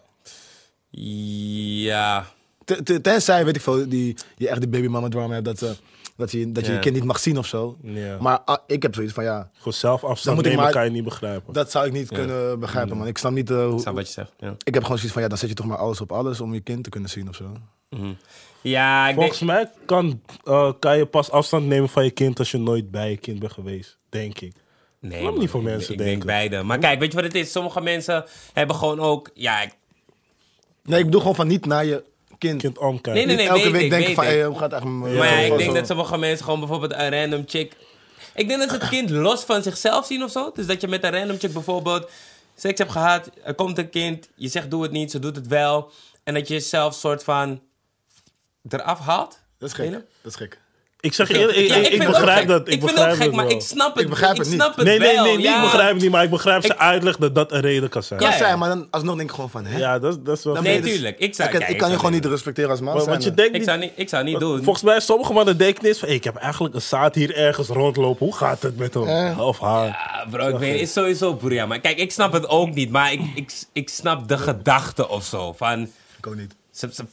Ja. Tenzij, weet ik veel, je echt die babymama drama hebt, dat je je kind niet mag zien of zo. Ja. Maar ik heb zoiets van, ja... Gewoon zelf afstand nemen kan je niet begrijpen. Dat zou ik niet kunnen begrijpen, man. Ik snap niet hoe... Ik snap wat je zegt, ja. Ik heb gewoon zoiets van, ja, dan zet je toch maar alles op alles om je kind te kunnen zien of zo. Ja, Volgens mij kan je pas afstand nemen van je kind als je nooit bij je kind bent geweest. Denk ik. Nee, Waarom niet voor mensen ik denken? denk beide. Maar kijk, weet je wat het is? Sommige mensen hebben gewoon ook... Ja, Nee, ik bedoel gewoon van niet naar je kind. Kind omkijken. Nee, Elke weet week ik, denken weet van, ik. hey, hoe gaat het eigenlijk? Maar ja, ik Zo. denk dat sommige mensen gewoon bijvoorbeeld een random chick... Ik denk dat ze het kind los van zichzelf zien of zo. Dus dat je met een random chick bijvoorbeeld seks hebt gehad. Er komt een kind, je zegt doe het niet, ze doet het wel. En dat je jezelf soort van eraf haalt. Dat is gek. Dat is gek. Ik zeg eerlijk, Ja, ik vind het begrijp ook dat. gek. Ik vind het ook gek, maar ik snap het. Ik begrijp het niet. snap het Nee, wel. ik ja. begrijp het niet, maar ik begrijp zijn uitleg dat dat een reden kan zijn. Kan Ja, zijn, maar dan alsnog denk ik gewoon van, hè? Ja, dat is wel... Nee, dus- tuurlijk. Ik kan je gewoon niet respecteren als man. Want je denkt Ik niet... zou het niet doen. Volgens mij, sommige mannen denken niet van... Hey, ik heb eigenlijk een zaad hier ergens rondlopen. Hoe gaat het met hem? Of haar? Ja, bro, ik weet het is sowieso broeia. Maar kijk, ik snap het ook niet. Maar ik snap de gedachte of zo. Van... Ik ook niet.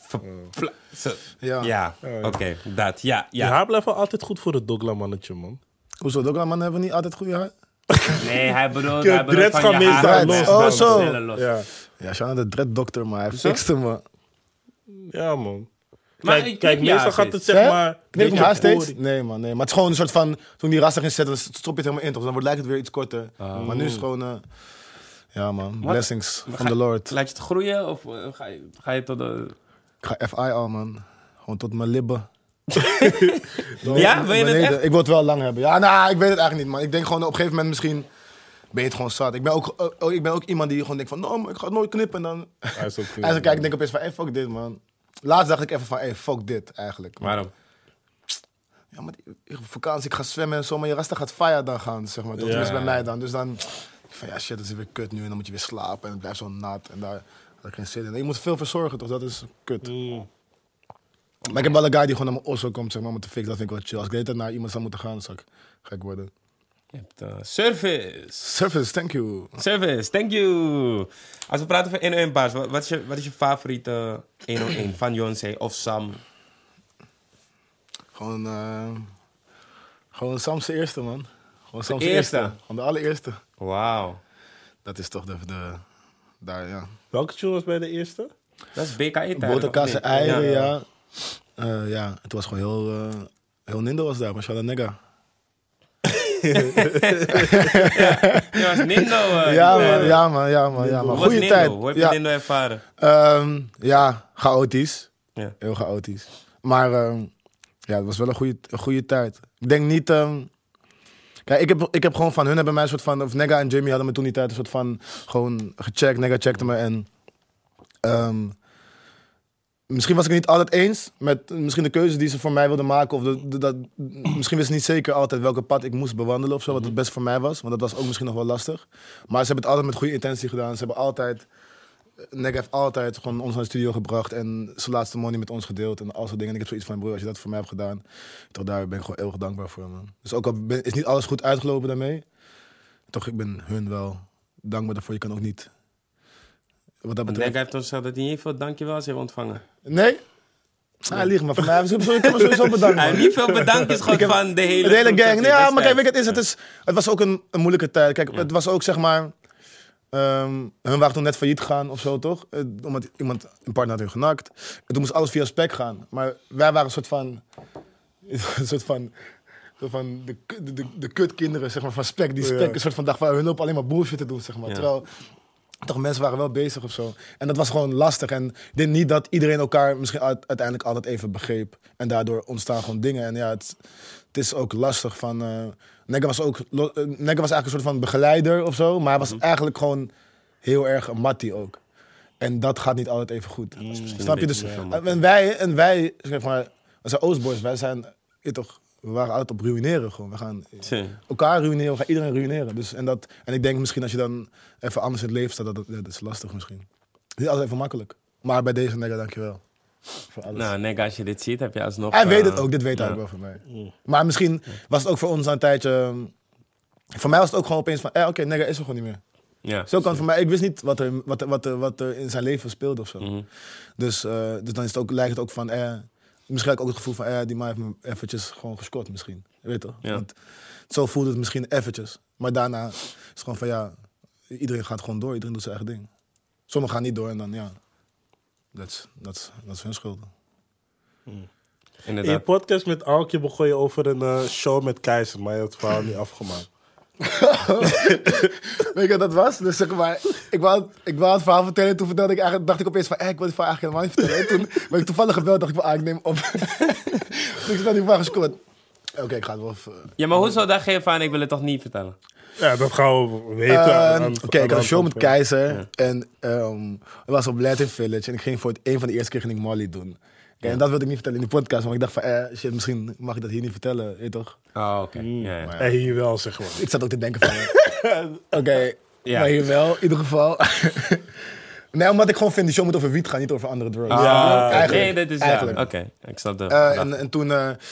Ja, oké, dat. Ja. Je haar blijft wel altijd goed voor het Dogla-mannetje, man. Hoezo? Dogla man hebben niet altijd goede haar? Nee, hij bedoelt dreads van gaan je meestal haar. los. Oh, zo. Ja, Ja, Sean de dreaddokter, maar hij fixt hem. ja man. Maar Kijk, ik knip je meestal haar gaat het steeds. zeg maar... Knip hem haar steeds? pori. Nee, man. Nee. Maar het is gewoon een soort van... Toen die ras erin zet, dan stop je het helemaal in, toch? Dan lijkt het weer iets korter. Maar nu is het gewoon... ja, man. Blessings from the Lord. Laat je het groeien of ga je tot de... Ik ga FI al, man. Gewoon tot mijn libben. Ja, wil je het echt? Ik wil het wel lang hebben. Ja, nou, ik weet het eigenlijk niet, man. Ik denk gewoon op een gegeven moment misschien... Ben je het gewoon zat. Ik ben ook iemand die gewoon denkt van... No, maar ik ga het nooit knippen. En dan... Hij is ook En dan kijk ik denk opeens van... Hey, fuck dit, man. Laatst dacht ik even van... Hey, fuck dit, eigenlijk. Waarom? Ja, maar op vakantie, ik ga zwemmen en zo. Maar je rasta gaat fire dan gaan, zeg maar. Tenminste bij mij dan. Dus dan... Van ja, shit, dat is weer kut nu. En dan moet je weer slapen. En het blijft zo nat. En daar had ik geen zin in. En je moet veel verzorgen, toch? Dat is kut. Maar ik heb wel een guy die gewoon naar mijn osso komt, zeg maar, om het te fixen. Dat vind ik wel chill. Als ik de hele tijd naar iemand zou moeten gaan, dan zou ik gek worden. Je hebt Service. Service, thank you. Service, thank you. Als we praten over 101 bars, wat is je favoriete 101 van Beyoncé of Sam? Gewoon Sam's eerste, man. Gewoon Sam's eerste? Gewoon de allereerste. Wauw. Dat is toch daar, ja. Welke tune was bij de eerste? Dat is BKE tijd. Boterkassen, eieren, ja. Ja, het was gewoon heel Nindo was daar, mashallah nigga. Ja, was Nindo. Ja, man. Goeie tijd. Hoe heb je Nindo ervaren? Ja, chaotisch. Ja. Heel chaotisch. Maar ja, het was wel een goede tijd. Ik denk niet... Kijk, ik heb gewoon van hun hebben mij een soort van... Of Nega en Jimmy hadden me toen die tijd een soort van... Gewoon gecheckt. Nega checkte me en... misschien was ik het niet altijd eens met misschien de keuzes die ze voor mij wilden maken. Of misschien wist ze niet zeker altijd welke pad ik moest bewandelen of zo. Wat het best voor mij was. Want dat was ook misschien nog wel lastig. Maar ze hebben het altijd met goede intentie gedaan. Ze hebben altijd... Nega heeft altijd gewoon ons naar de studio gebracht. En zijn laatste money met ons gedeeld. En al soort dingen. En ik heb zoiets van, broer, als je dat voor mij hebt gedaan. Toch daar ben ik gewoon eeuwig dankbaar voor, man. Dus ook al is niet alles goed uitgelopen daarmee. Toch, ik ben hun wel dankbaar daarvoor. Je kan ook niet... Wat dat betreft... Nega heeft ons gezegd dat hij niet veel dankjewels heeft ontvangen. Nee? Hij liegt, maar voor mij hebben ze me sowieso bedankt. Hij heeft niet veel bedankjes gehad van de hele... De hele gang. Nee, ja, maar kijk, weet je, het was ook een moeilijke tijd. Kijk, het was ook zeg maar... hun waren toen net failliet gegaan of zo, toch? Omdat iemand een partner had hun genakt. En toen moest alles via spec gaan. Maar wij waren een soort van... de kutkinderen zeg maar, van spec. Die spec een soort van dacht van hun lopen alleen maar bullshit te doen, zeg maar. Ja. Terwijl... Toch, mensen waren wel bezig of zo. En dat was gewoon lastig. En ik denk niet dat iedereen elkaar misschien uiteindelijk altijd even begreep. En daardoor ontstaan gewoon dingen. En ja, het is ook lastig van... Nega was eigenlijk een soort van begeleider of zo. Maar hij was eigenlijk gewoon heel erg een mattie ook. En dat gaat niet altijd even goed. Snap je? Dus, en wij, zeg maar... We zijn Oostboys, wij zijn... We waren altijd op ruïneren gewoon. We gaan elkaar ruïneren, we gaan iedereen ruïneren. Dus, en ik denk misschien als je dan even anders in het leven staat, dat is lastig misschien. Niet altijd even makkelijk. Maar bij deze Nega, dankjewel. Voor alles. Nou, Nega, als je dit ziet, heb je alsnog... Hij weet het ook, dit weet hij ook wel van mij. Maar misschien was het ook voor ons een tijdje... Voor mij was het ook gewoon opeens van, oké, Nega is er gewoon niet meer. Ja, zo kan het voor mij. Ik wist niet wat er in zijn leven speelde of zo. Dus dan is het lijkt het ook van... Misschien heb ik ook het gevoel van, die man heeft me eventjes gewoon gescoord misschien. Je weet toch? Ja. Want zo voelde het misschien eventjes. Maar daarna is het gewoon van, ja, iedereen gaat gewoon door. Iedereen doet zijn eigen ding. Sommigen gaan niet door en dan, ja, dat is hun schuld. In je podcast met Alkje begon je over een show met Keizer, maar je hebt het verhaal niet afgemaakt. Weet je wat dat was? Dus zeg maar, ik wou het verhaal vertellen. Toen dacht ik opeens van, ik wil het verhaal eigenlijk helemaal niet vertellen. En toen ben ik toevallig gebeld, dacht ik van, ik neem op. Dus ik had die vraag gescoord. Oké, ik ga het wel even... Ja, maar hoezo dacht je van, ik wil het toch niet vertellen? Ja, dat gaan we weten. Oké, ik had een show met Keizer. Ja. En het was op Latin Village. En ik ging voor een van de eerste keer ging ik Molly doen. Ja. En dat wilde ik niet vertellen in die podcast. Maar ik dacht van, shit, misschien mag ik dat hier niet vertellen. Weet toch? Oh, oké. Ja. En hier wel, zeg maar. Ik zat ook te denken van, oké, maar hier wel, in ieder geval. Nee, omdat ik gewoon vind, die show moet over wiet gaan, niet over andere drugs. Eigenlijk. Nee, dat is eigenlijk. Oké, ik snap dat. En toen,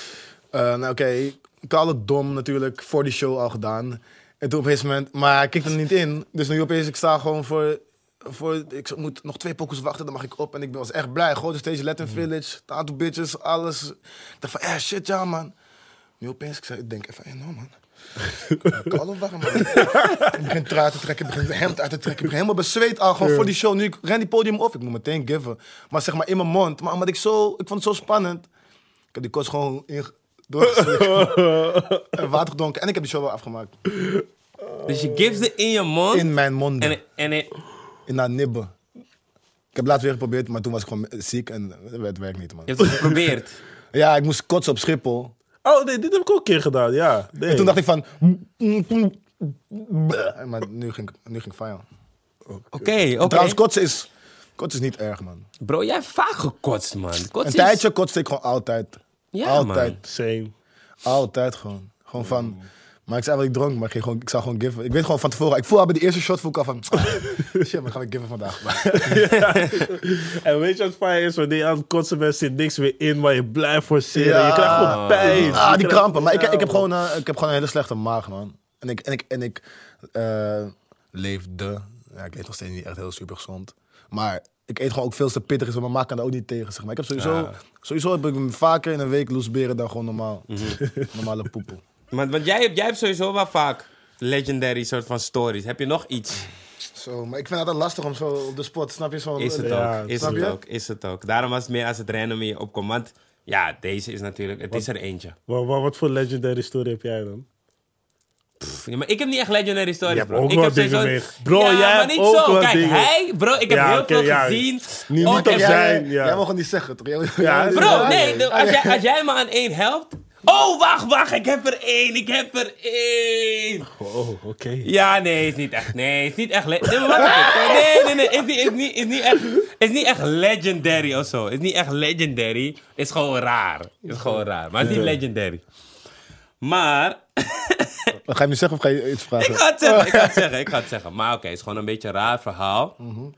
ik had het dom natuurlijk voor die show al gedaan. En toen op een gegeven moment, maar ik keek er niet in. Dus nu opeens, ik sta gewoon voor ik moet nog 2 pokus wachten, dan mag ik op. En ik was echt blij. Grote stage, Latin Village, tattoo bitches, alles. Ik dacht van, shit, ja, man. Nu opeens, ik denk even, no, man. Kalm wachten, man. Ik begin trui te trekken, ik begin het hemd uit te trekken. Ik begin helemaal bezweet al, gewoon voor die show. Nu, ik ren die podium op, ik moet meteen given. Maar zeg maar in mijn mond. Maar omdat ik vond het zo spannend. Ik heb die kots gewoon doorgeslikt. En water gedronken. En ik heb die show wel afgemaakt. Dus je gifde in je mond? In mijn mond. En in haar nibben. Ik heb laatst weer geprobeerd, maar toen was ik gewoon ziek en het werkt niet, man. Je hebt het geprobeerd? Ja, ik moest kotsen op Schiphol. Oh, nee, dit heb ik ook een keer gedaan, ja. Nee. En toen dacht ik van... Maar nu ging ik fijn. Oké. Trouwens, kotsen is niet erg, man. Bro, jij hebt vaak gekotst, man. Een tijdje kotste ik gewoon altijd. Ja, altijd. Man. Same. Altijd gewoon. Gewoon van... Maar ik zei wel, ik dronk, maar ik zou gewoon given. Ik weet gewoon van tevoren. Ik voel al bij de eerste shot voel ik al van... shit, maar gaan we given vandaag. En weet je wat fijn is? Wanneer je aan het kotsen bent, zit niks meer in, maar je blijft forceren. Ja. Je krijgt gewoon pijn. Die krampen. Maar ik heb gewoon een hele slechte maag, man. En ik leefde... Ja, ik eet nog steeds niet echt heel super gezond. Maar ik eet gewoon ook veel te pittig. Maar mijn maag kan er ook niet tegen, zeg maar. Ik heb sowieso heb ik vaker in een week loesberen dan gewoon normaal. Normale poepel. Want jij hebt sowieso wel vaak legendary soort van stories. Heb je nog iets? Zo, maar ik vind het altijd lastig om zo op de spot, snap je? Zo, Is het ook. Daarom was het meer als het random hier opkomt. Want ja, deze is natuurlijk... Het is er eentje. Wat voor legendary story heb jij dan? Ja, maar ik heb niet echt legendary stories, Je hebt bro. ook Ik wel heb dingen sowieso... mee. Bro, ja, jij maar hebt niet ook zo. wel Kijk, dingen. bro, ik heb heel veel gezien. Niet Oh, op ik heb- zijn. Ja. Jij mag het niet zeggen, toch? Bro, nee, als jij me aan één helpt... Oh, wacht, ik heb er één. Oh, oké. Ja, nee, is niet echt. Nee, is niet echt. Nee, is niet echt legendary of zo. Is niet echt legendary. Is gewoon raar. Maar het is niet legendary. Maar Wat ga je nu zeggen of ga je iets vragen? ik ga het zeggen. Maar oké, het is gewoon een beetje een raar verhaal.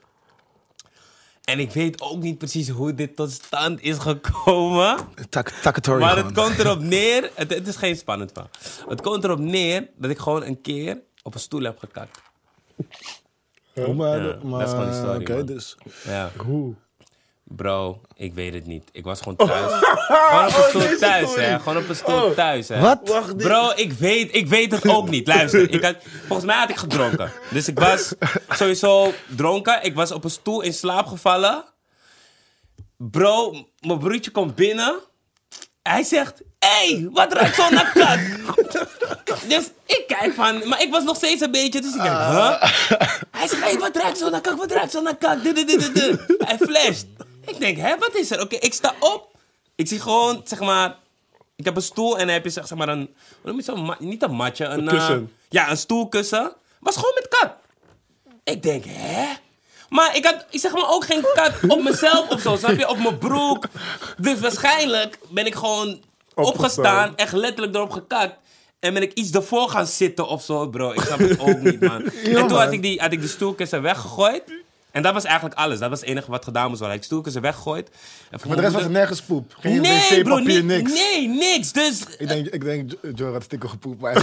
En ik weet ook niet precies hoe dit tot stand is gekomen. Takatory. Maar het komt erop neer... Het is geen spannend verhaal. Het komt erop neer dat ik gewoon een keer op een stoel heb gekakt. Maar, Ja, dat is gewoon die story, Oké, man. dus. Ja. Hoe? Bro, ik weet het niet. Ik was gewoon thuis. Gewoon op een stoel thuis, hè. Gewoon op een stoel thuis, hè. Wat? Wacht, Bro, ik weet het ook niet. Luister, volgens mij had ik gedronken. Dus ik was sowieso dronken. Ik was op een stoel in slaap gevallen. Bro, mijn broertje komt binnen. Hij zegt, hé, wat ruikt zo naar kak? Dus ik kijk van, maar ik was nog steeds een beetje, dus ik denk, huh? Hij zegt, hé, wat ruikt zo naar kak? Hij flasht. Ik denk, hè, wat is er? Oké, ik sta op. Ik zie gewoon, zeg maar, ik heb een stoel en dan heb je zeg maar een, hoe noem je zo, niet een matje. Een kussen. Ja, een stoelkussen. Was gewoon met kat. Ik denk, hè? Maar ik had, zeg maar, ook geen kat op mezelf of zo, snap je? Op mijn broek. Dus waarschijnlijk ben ik gewoon opgestaan, echt letterlijk erop gekakt. En ben ik iets ervoor gaan zitten of zo, bro. Ik snap het ook niet, man. En toen had ik die stoelkussen weggegooid. En dat was eigenlijk alles. Dat was het enige wat gedaan moest worden. Ik stoelkussen weggegooid. En Maar de rest was er nergens poep. Geen Nee, bro, wc-papier, niks. Nee, niks. Dus... Ik denk Joe had stiekem gepoept, maar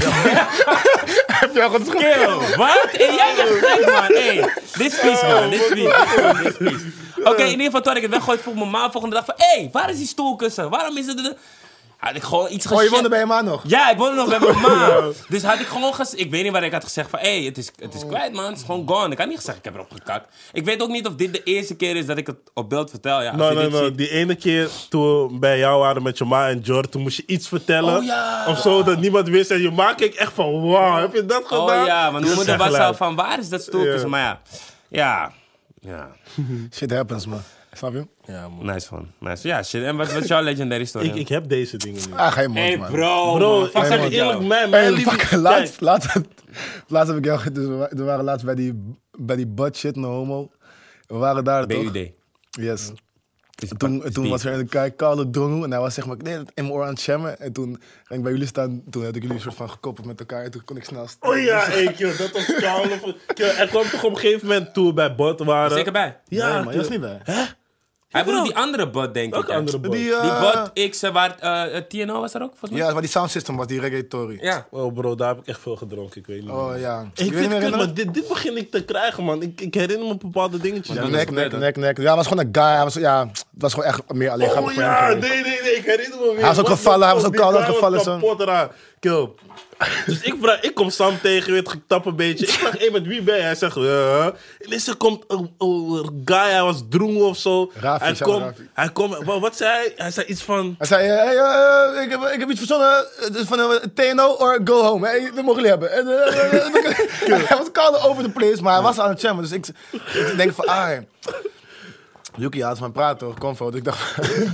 heb je al goed Kill, wat? Hey, jij bent gek, man. Hey, dit is vies, man. Dit is vies. Oké, in ieder geval, toen had ik het weggooid, vroeg mijn ma volgende dag van... Hé, waar is die stoelkussen? Waarom is het... Had ik gewoon iets Oh, je woonde bij je ma nog? Ja, ik woonde nog bij mijn ma. Dus had ik gewoon ik weet niet waar ik had gezegd van... Hé, het is kwijt, man. Het is gewoon gone. Ik had niet gezegd, ik heb erop gekakt. Ik weet ook niet of dit de eerste keer is dat ik het op beeld vertel. Ja, als je dit ziet. Die ene keer toen we bij jou waren met je ma en Jor, toen moest je iets vertellen. Oh, ja. Of zo, dat niemand wist. En je ma keek echt van, wauw, heb je dat gedaan? Oh ja, want mijn Dat is moeder echt was lijp. al van... Waar is dat stoelkussen? Ja. Maar ja. Shit happens, man. Snap je? Ja, man. Nice, man. Nice. Ja, shit. En wat is jouw legendary story? Ik heb deze dingen niet. Ah, geen mond, Hey, man. bro. Bro, man. ik Fuck zeg met je jou. eerlijk, mijn Hey, liefde... fuck, laatst heb ik jou... Dus we waren laatst bij die butt shit, no homo. We waren daar, toch? BUD. Yes. Is Toen was er een koude drongo en hij was zeg maar in mijn oor aan het jammen. En toen ging ik bij jullie staan, toen had ik jullie een soort van gekoppeld met elkaar. En toen kon ik snel staan. Oh ja, hey, kill, dat was koude. Er kwam toch op een gegeven moment toen we bij Bot waren. Zeker bij. Ja, Nee, maar je was niet bij. Hij bedoelt die andere bot, denk ik. Welke hè? andere Bot? Die, Die bot X, waar TNO was er ook, volgens mij? Ja, maar die sound system was die reggaetory. Ja. Oh bro, daar heb ik echt veel gedronken, ik weet niet. Oh ja. Ik Je weet vind niet meer het, maar herinneren? dit begin ik te krijgen, man. Ik herinner me bepaalde dingetjes. Ja, dat nek. Ja, hij was gewoon een guy. Het was gewoon echt meer alleen Oh ja, nee, ik herinner me weer. Hij was ook Wat gevallen, hij was die ook koud guy gevallen, zo. kapot eraan. Kill. Dus ik kom Sam tegen, weet ik tap een beetje. Ik vraag, hey, met wie ben je? Hij zegt, ineens er komt een guy, hij was droeng of zo. Rafi, Hij komt, wat zei hij? Hij zei iets van... Hij zei, hey, ik heb iets verzonnen van een TNO or go home. Hey, dat mogen jullie hebben. Hij was koud over the place, maar hij was aan het jammen. Dus ik denk van, Yuki had van praten, toch? Comfort. Dus ik dacht,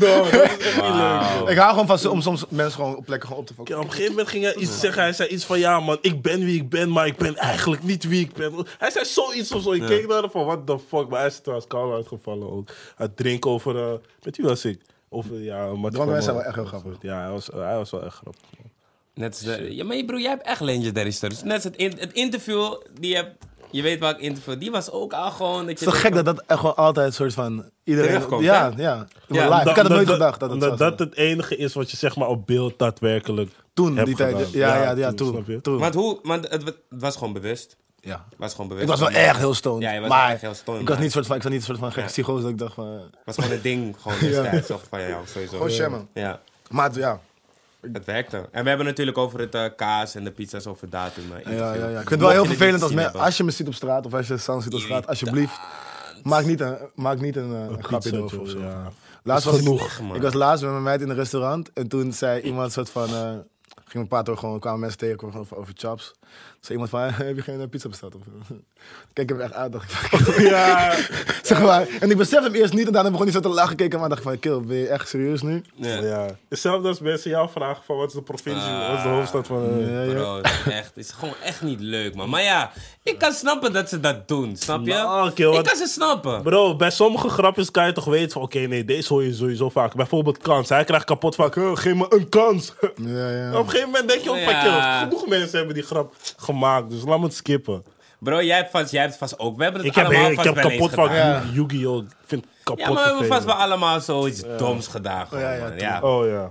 ik hou gewoon van om soms mensen gewoon op plekken gewoon op te focussen. Op een gegeven moment ging hij iets zeggen. Hij zei iets van, ja man, ik ben wie ik ben, maar ik ben eigenlijk niet wie ik ben. Hij zei zoiets of zo. Ik keek naar hem van, what the fuck. Maar hij is trouwens koud uitgevallen ook. Hij drinken over, met wie was ik? Over, ja, maar De andere mensen zijn wel echt heel grappig. Ja, hij was wel echt grappig. Net als ja, maar broer, jij hebt echt legendary stories. Net als het interview die je hebt... Je weet welk interview, die was ook al gewoon... Dat Het is toch gek dat echt gewoon altijd een soort van... Iedereen, Terugkomt, ja. hè? Live. Ik had het nooit gedacht dat het dat het enige is wat je zeg maar op beeld daadwerkelijk toen, heb die tijd. gedaan. Ja, toen, snap je? toen. Want het was gewoon bewust. Ja. Het was gewoon bewust. Ik was wel erg heel stoned. Ja, je was maar echt heel stoned, ik was maar- niet soort van, gekke Ja. psychose dat ik dacht van... Het was gewoon een ding, gewoon destijds. Toch, van jou, sowieso. Gewoon shammen. Ja, Maar ja. het werkte. En we hebben natuurlijk over het kaas en de pizza's over datum. Ja. Ik vind het wel heel vervelend als je me ziet op straat of als je San ziet op straat, alsjeblieft. Maak niet een grapje pizza, erover of zo. ja. Laatst Dat was is ik, genoeg, man. ik was laatst met mijn meid in een restaurant en toen zei iemand soort van... ging een paar door gewoon, kwamen mensen tegen, kwamen over chops. Zei iemand van, heb je geen pizza besteld? Of zo? Kijk hem echt uit, dacht ik. Ja, Zeg maar. En ik besefte hem eerst niet en daarna begon hij zo te lachen, keek hem aan, dacht ik van, kill, ben je echt serieus nu? Ja. ja. Hetzelfde als mensen jou vragen van wat is de provincie, wat is de hoofdstad van... Bro, het is gewoon echt niet leuk, man. Maar ja, ik kan snappen dat ze dat doen, snap je? Nou, kill, ik wat- kan ze snappen. Bro, bij sommige grapjes kan je toch weten van oké, nee, deze hoor je sowieso vaak. Bijvoorbeeld kans. Hij krijgt kapot vaak, geef me een kans. Ja. Op een gegeven moment denk je ook van, Ja. kill, genoeg mensen hebben die grap gemaakt, dus laat me het skippen. Bro, jij hebt vast ook. We hebben het Ik heb, allemaal ik vast heb wel eens kapot van gedaan. Ja. Yu-Gi-Oh! Ik vind het kapot Ja, maar we hebben vast wel vervelend. allemaal zoiets doms gedaan. Gewoon, ja, man. Ja. Oh ja.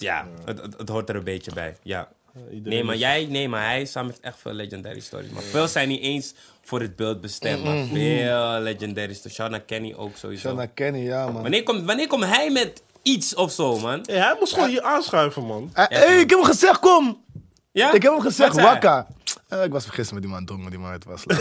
Het hoort er een beetje bij. Ja. iedereen Maar hij Sam heeft echt veel legendary stories. Maar veel zijn niet eens voor het beeld bestemd. Maar veel legendary stories. Shout naar Kenny ook sowieso. Shout naar Kenny, ja man. Wanneer komt hij met iets of zo, man? Ja, hij moest gewoon hier aanschuiven, man. Hey, ik heb hem gezegd, kom! Ja? Ik heb hem gezegd, Wat zei hij? Wakka. Ik was vergist met die man, dronk met die man het was.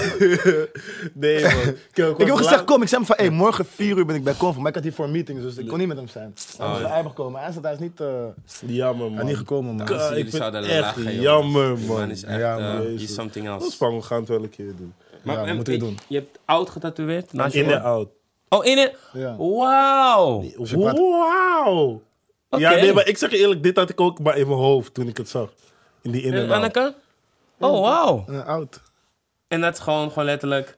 Nee, man. Ik heb hem gezegd, kom. Ik zei hem van, hey, morgen 4 uur ben ik bij Convo. Maar ik had hier voor een meeting, dus ik kon niet met hem zijn. Hij was hij gekomen. Hij is niet, Jammer, man. niet gekomen, man. Dus Ik jullie vind zouden het echt lachen, jongens. jammer, Die man. man is echt, Ja, man. he's something Dat is else. spannend, we gaan het wel een keer doen. Ja, dat moeten we doen. Je hebt oud getatoeëerd? Naast je In de oor? out. Oh, in het? Ja. Wauw. Wauw. Oké. Ja, nee, maar ik zeg je eerlijk, dit had ik ook maar in mijn hoofd toen ik het zag. In die in en out. Anneke? Oh, wauw. Oud. En dat is gewoon letterlijk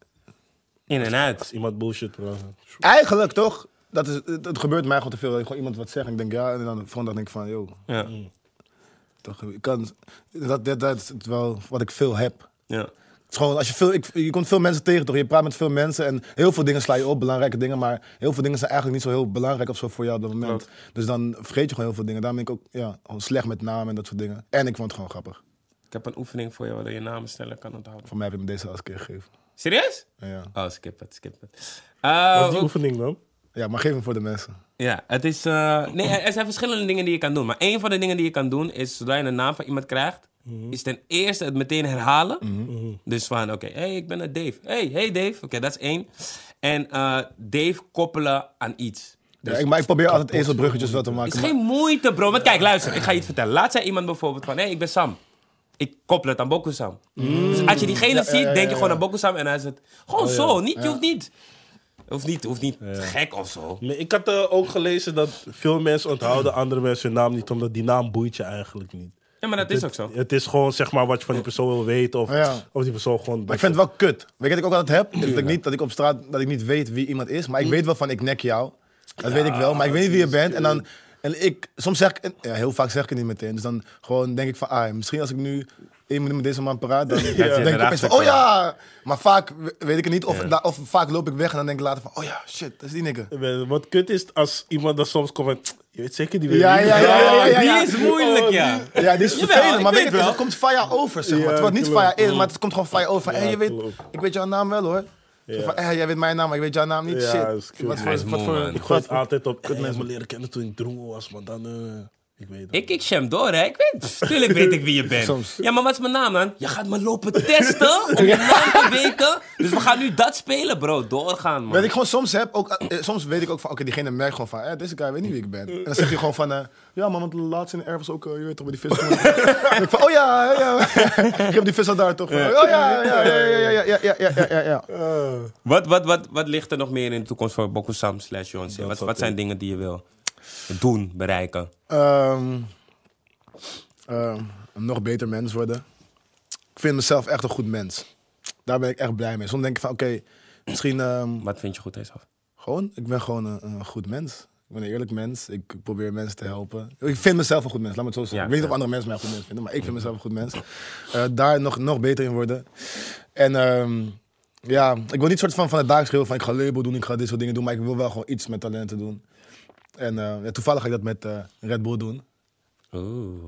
in en uit. Als iemand bullshit praat. Eigenlijk, toch? Het gebeurt mij gewoon te veel. Dat gewoon iemand wat zegt en ik denk ja. En dan de volgende dag denk ik van, yo, Ja. toch, ik kan... Dat is wel wat ik veel heb. Ja. Het is gewoon, als je komt veel mensen tegen, toch? Je praat met veel mensen en heel veel dingen sla je op, belangrijke dingen. Maar heel veel dingen zijn eigenlijk niet zo heel belangrijk of zo voor jou op dat moment. Klopt. Dus dan vergeet je gewoon heel veel dingen. Daarom ben ik ook gewoon slecht met namen en dat soort dingen. En ik vond het gewoon grappig. Ik heb een oefening voor jou waar je namen sneller kan onthouden. Voor mij heb je me deze al eens een keer gegeven. Serieus? Ja, Oh, skip het. Wat is die oefening dan? ja maar geef hem voor de mensen. Ja, het is... nee, er zijn verschillende dingen die je kan doen. Maar één van de dingen die je kan doen is, zodra je een naam van iemand krijgt, is ten eerste het meteen herhalen. Dus van, oké, hey, ik ben Dave. Hey Dave. Oké, dat is één. En Dave koppelen aan iets. Ja, maar ik probeer altijd ezelbruggetjes wel te maken. Het is geen moeite, bro. Want kijk, luister, ik ga je iets vertellen. Laat zei iemand bijvoorbeeld van, hey, ik ben Sam. Ik koppel het aan Boku Sam. Dus als je diegene ziet, denk je gewoon aan Boku Sam en hij is het gewoon zo. Niet, je hoeft niet gek of zo. Nee, ik had ook gelezen dat veel mensen onthouden andere mensen hun naam niet, omdat die naam boeit je eigenlijk niet. Ja, maar dat is ook zo. Het is gewoon zeg maar wat je van die persoon wil weten of, Ja. of die persoon gewoon... Maar ik vind het wel kut. Weet je wat ik ook altijd heb? Is dat ik op straat dat ik niet weet wie iemand is. Maar ik weet wel van ik nek jou. Dat weet ik wel. Maar ik weet niet wie je bent. En soms zeg ik, heel vaak zeg ik het niet meteen. Dus dan gewoon denk ik van, misschien als ik nu 1 minuut met deze man praat, dan denk ik opeens van, oh ja! Maar vaak weet ik het niet. Of vaak loop ik weg en dan denk ik later van, oh ja, shit, dat is die nigger. Wat kut is als iemand dan soms komt en... Je weet zeker die weet Ja, wie. ja. Die is moeilijk, ja. Ja, die is Jawel, vervelend. ik Maar weet weet je, wel. het komt via over, zeg maar. Ja, Terwijl het niet klopt. via is, maar het komt gewoon via over. Van, Ja, je weet, klopt. ik weet jouw naam wel, hoor. Zo van, jij weet mijn naam, maar ik weet jouw naam niet. Ja, Shit. dat is kut. Wat Hij is moe, man. Ik gooi het altijd op. Ik heb me leren kennen toen ik drongo was, maar dan... ik weet het. Ik sham door, hè. Tuurlijk weet ik wie je bent. Soms. Ja, maar wat is mijn naam, man? Je gaat me lopen testen om je naam te weten. Dus we gaan nu dat spelen, bro. Doorgaan, man. Weet ik gewoon soms weet ik ook van, oké, diegene merkt gewoon van, deze guy weet niet wie ik ben. En dan zeg je gewoon van, ja man, want laatst in de erfers ook, je weet toch, bij die vis. En ik van, oh ja. Ik heb die vis al daar toch. Oh ja. Wat ligt er nog meer in de toekomst voor Bokusam / Jonsi? Wat zijn dingen die je wil doen, bereiken? Een nog beter mens worden. Ik vind mezelf echt een goed mens. Daar ben ik echt blij mee. Soms denk ik van, oké, misschien... Wat vind je goed deze af? ik ben gewoon een goed mens. Ik ben een eerlijk mens. Ik probeer mensen te helpen. Ik vind mezelf een goed mens, laat me het zo zeggen. Ja, Ik weet niet of andere mensen mij een goed mens vinden, maar ik vind mezelf een goed mens. Daar nog beter in worden. En ik wil niet soort van het dagelijks schreeuwen van ik ga label doen, ik ga dit soort dingen doen, maar ik wil wel gewoon iets met talenten doen. En toevallig ga ik dat met Red Bull doen. Oeh.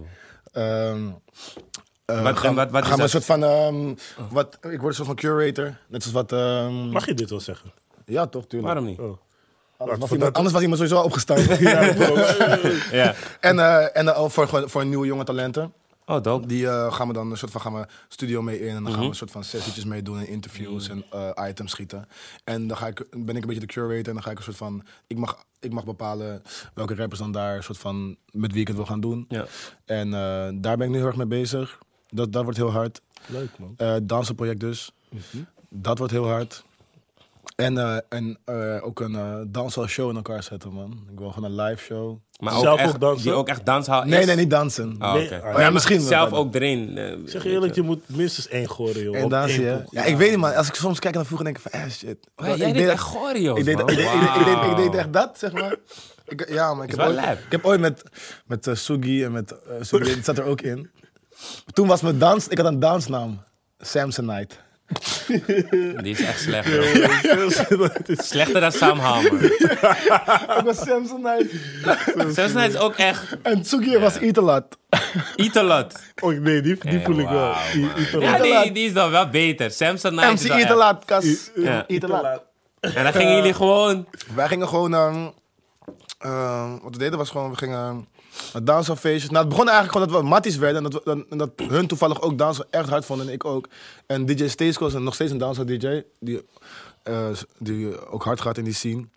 Wat is gaan we dat? een soort van... ik word een soort van curator. Net zoals wat... Mag je dit wel zeggen? ja, toch, tuurlijk. Waarom niet? Oh. Anders was iemand sowieso opgestaan. Ja. En voor nieuwe jonge talenten. Oh, dope. Die gaan we studio mee in. En dan gaan we een soort van sessietjes mee doen. En interviews en items schieten. En dan ben ik een beetje de curator. En dan ga ik een soort van... Ik mag bepalen welke rappers dan daar... soort van met wie ik het wil gaan doen. Ja. En daar ben ik nu heel erg mee bezig. Dat wordt heel hard. Leuk, man. Dansenproject dus. Dat wordt heel hard. En ook een dansshow in elkaar zetten, man. Ik wil gewoon een live show. Maar Zelf ook ook echt, dansen? die ook echt dansen. Nee, niet dansen. Oh, Nee, oké. oh, ja, misschien wel. Zelf ook erin. Ik zeg je eerlijk, je moet minstens 1 gooien, joh. En Op dansen, één ja. pokoe. Ja, ik weet niet, man. Als ik soms kijk naar vroeger, denk ik van, shit. Oh, jij deed echt choreo's, Ik deed man. ik deed echt dat, zeg maar. Ja, maar wel lijp. ik heb ooit met Sugi en met Sugi, dat zat er ook in. Toen was mijn dans, ik had een dansnaam. Samsonite. Die is echt slecht, bro. Slechter dan Sam Hammer. Ik was Samsonite. Samsonite is ook echt En Sugi was Italat. Italat. Oh, nee, die voel ik wel. Wauw, Ja, die is dan wel beter. Samsonite is MC wel echt- Italat, kas. Ja. Italat. En dan gingen jullie gewoon... Wij gingen gewoon... wat we deden was gewoon... We gingen naar dansfeestjes. Nou, het begon eigenlijk gewoon dat we matties werden. En dat hun toevallig ook dansen echt hard vonden. En ik ook. En DJ Staceko is nog steeds een danser-dj. Die ook hard gaat in die scene.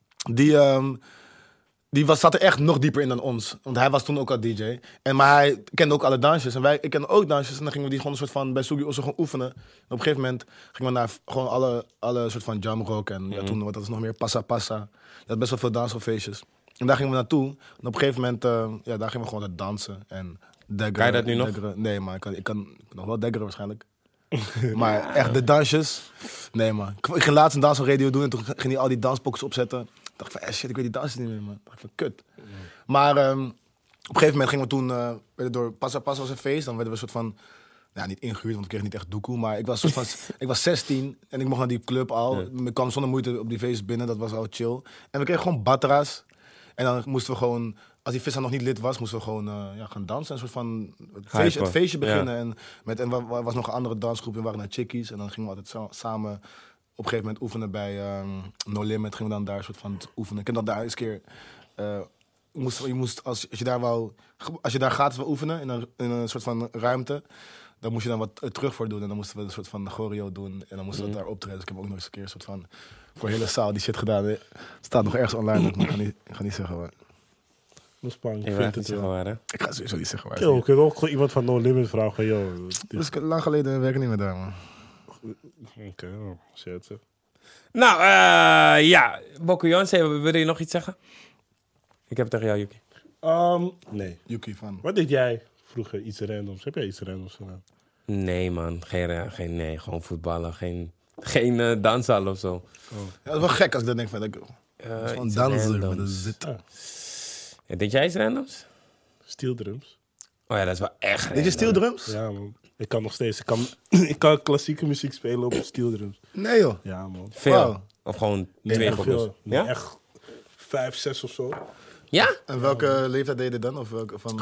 Zat er echt nog dieper in dan ons. Want hij was toen ook al DJ. Maar hij kende ook alle dansjes. En ik kende ook dansjes. En dan gingen we die gewoon een soort van... Bij Sugi Osso gewoon oefenen. En op een gegeven moment gingen we naar gewoon alle soort van jamrock. En ja, toen, wat was nog meer? Passa Passa. Je had best wel veel dansfeestjes. En daar gingen we naartoe. En op een gegeven moment... daar gingen we gewoon naar dansen. En daggeren. Kan je dat nu nog? Daggeren. Nee, maar ik kan nog wel daggeren waarschijnlijk. Maar echt de dansjes... Nee, man. Ik ging laatst een dans op radio doen. En toen ging hij al die danspokkers opzetten. Ik dacht van, shit, ik weet die dansen niet meer, man. Ik dacht van, kut. Maar op een gegeven moment gingen we toen... werden door Passa Passa was een feest. Dan werden we een soort van... Nou, niet ingehuurd, want ik kreeg niet echt doekoe. Maar ik was 16 en ik mocht naar die club al. Ik kwam zonder moeite op die feest binnen. Dat was al chill. En we kregen gewoon batra's. En dan moesten we gewoon... Als die visser nog niet lid was, moesten we gewoon gaan dansen. Een soort van het feestje beginnen. Ja. En er was nog een andere dansgroep. We waren naar Chickies. En dan gingen we altijd samen op een gegeven moment oefenen bij No Limit. Gingen we dan daar een soort van oefenen. Ik heb dat daar eens een keer... als je daar gratis wil oefenen in een soort van ruimte... Dan moest je dan wat terug voor doen. En dan moesten we een soort van choreo doen. En dan moesten we daar optreden. Dus ik heb ook nog eens een keer een soort van... Voor de hele zaal die shit gedaan. Het staat nog ergens online. Maar ik ga niet zeggen waar. Dat is spannend. Je Ik weet vind het het wel wel. waar, hè? Ik ga sowieso niet zeggen waar. Yo, ik heb ook gewoon iemand van No Limit vragen van, yo. Dus lang geleden werk ik niet meer daar, man. Oké, shit. Nou, ja. Bokkejonsé, wil je nog iets zeggen? Ik heb het tegen jou, Yuki. Nee. Yuki van... Wat deed jij vroeger? Iets randoms? Heb jij iets randoms gedaan? Nee, man. Nee, gewoon voetballen. Geen danshal of zo. Ja, dat is wel gek als ik dat denk van... Gewoon iets dansen met randoms. een zit. Ja, deed jij iets randoms? Steel drums. Oh ja, dat is wel echt Deed je random. steel drums? Ja, man. Ik kan nog steeds. Ik kan klassieke muziek spelen op steel drums. Nee, joh. Ja, man. Veel? Wow. Of gewoon Nee, 2 echt pokkels? veel. Nee, Ja? echt 5, 6 of zo. Ja? En welke leeftijd deed je dan? Of welke van...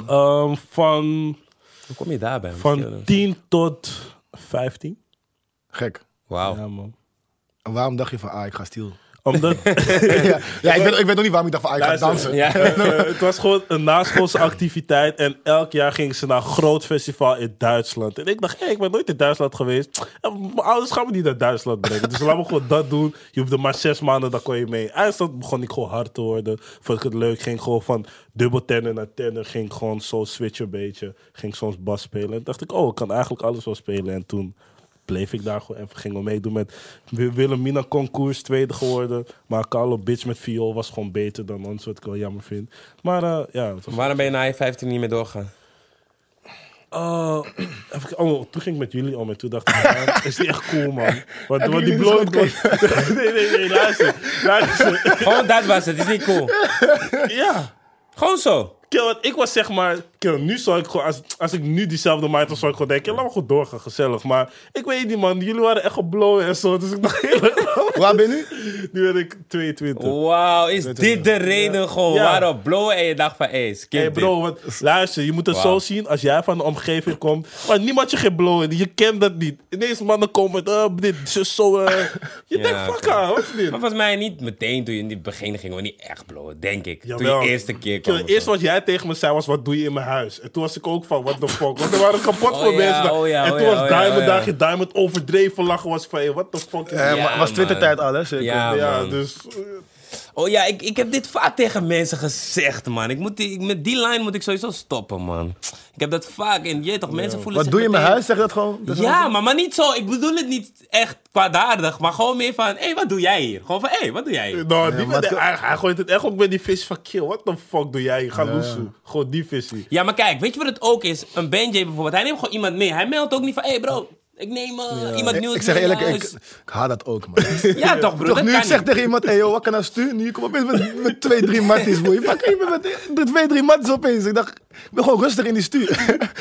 Hoe kom je daarbij? Van 10 tot 15. Gek. Wauw. Ja, man. En waarom dacht je van, ik ga steel? Omdat ja, ik weet nog niet waarom ik dacht van, ik ga Luister. dansen. Ja. het was gewoon een naschoolse activiteit. En elk jaar gingen ze naar een groot festival in Duitsland. En ik dacht, ik ben nooit in Duitsland geweest. En mijn ouders gaan me niet naar Duitsland brengen. Dus laat me gewoon dat doen. Je hoefde maar 6 maanden, dan kon je mee. Eindelijk begon ik gewoon hard te worden. Vond ik het leuk. Ging gewoon van dubbeltenor naar tenor. Ging gewoon zo switchen een beetje. Ging soms bas spelen. En dacht ik, ik kan eigenlijk alles wel spelen. En toen bleef ik daar gewoon even. Gingen we meedoen met Wilhelmina concours, tweede geworden. Maar Carlo Bitch met viool was gewoon beter dan ons, wat ik wel jammer vind. Maar ja. Het was... Waarom ben je na je 15 niet meer doorgegaan? Toen ging ik met jullie om en toen dacht ik, is die echt cool, man. Want die bloot... Nee, luister. Gewoon dat was het, is niet cool. Ja. Gewoon zo. Want ik was zeg maar... Kill, nu zou ik gewoon, als ik nu diezelfde meid was, zou ik gewoon denken, laat me gewoon doorgaan, gezellig. Maar ik weet niet, man, jullie waren echt geblowen en zo. Dus ik dacht heel erg. Waar ben je nu? Nu ben ik 22. Wauw, is dit de reden gewoon Ja. waarop blowen en je dacht van, skip Hey bro, want, luister, je moet het zo zien als jij van de omgeving komt. Maar niemand je geen blowen, je kent dat niet. Ineens mannen komen met dit, zo. Je denkt, fuck oké. wat is dit? Maar volgens mij niet meteen toen je in het begin gingen we niet echt blowen, denk ik. Toen Jawel. je eerste keer Kill, kwam. het eerste wat jij tegen me zei was, wat doe je in mijn huis? En toen was ik ook van, what the fuck? Want er waren kapot veel ja, mensen daar. oh ja, en oh toen ja, was oh ja, Diamond oh ja. daar, Diamond overdreven lachen was van, hey, what the fuck? Ja, was Twitter-tijd man. al, hè? Zeker. Ja, Ja, man. dus... Oh ja, ik heb dit vaak tegen mensen gezegd, man. Met die line moet ik sowieso stoppen, man. Ik heb dat vaak in, toch, mensen voelen Wat zich doe je in mijn meteen- huis? Zeg dat gewoon? Dat is Ja, gewoon- maar niet zo. Ik bedoel het niet echt kwaadaardig, maar gewoon meer van, wat doe jij hier? Gewoon van, wat doe jij hier? Nou, die maar met het- hij gooit het echt ook met die vis van, kill, what the fuck doe jij? Ga loesoe. Gewoon die visie. Ja, maar kijk, weet je wat het ook is? Een Benjay bijvoorbeeld, hij neemt gewoon iemand mee. Hij meldt ook niet van, bro, ik neem iemand nieuws Ik zeg mee eerlijk, naar ik huis. haat dat ook, man. Ja, toch, bro, Toch, dat nu kan ik zeg niet. tegen iemand, hey, wat kan nou sturen? Nu kom opeens met 2, 3 matties, boy. Fuck, ik ben met 2, 3 matties opeens. Ik dacht, ik ben gewoon rustig in die stuur.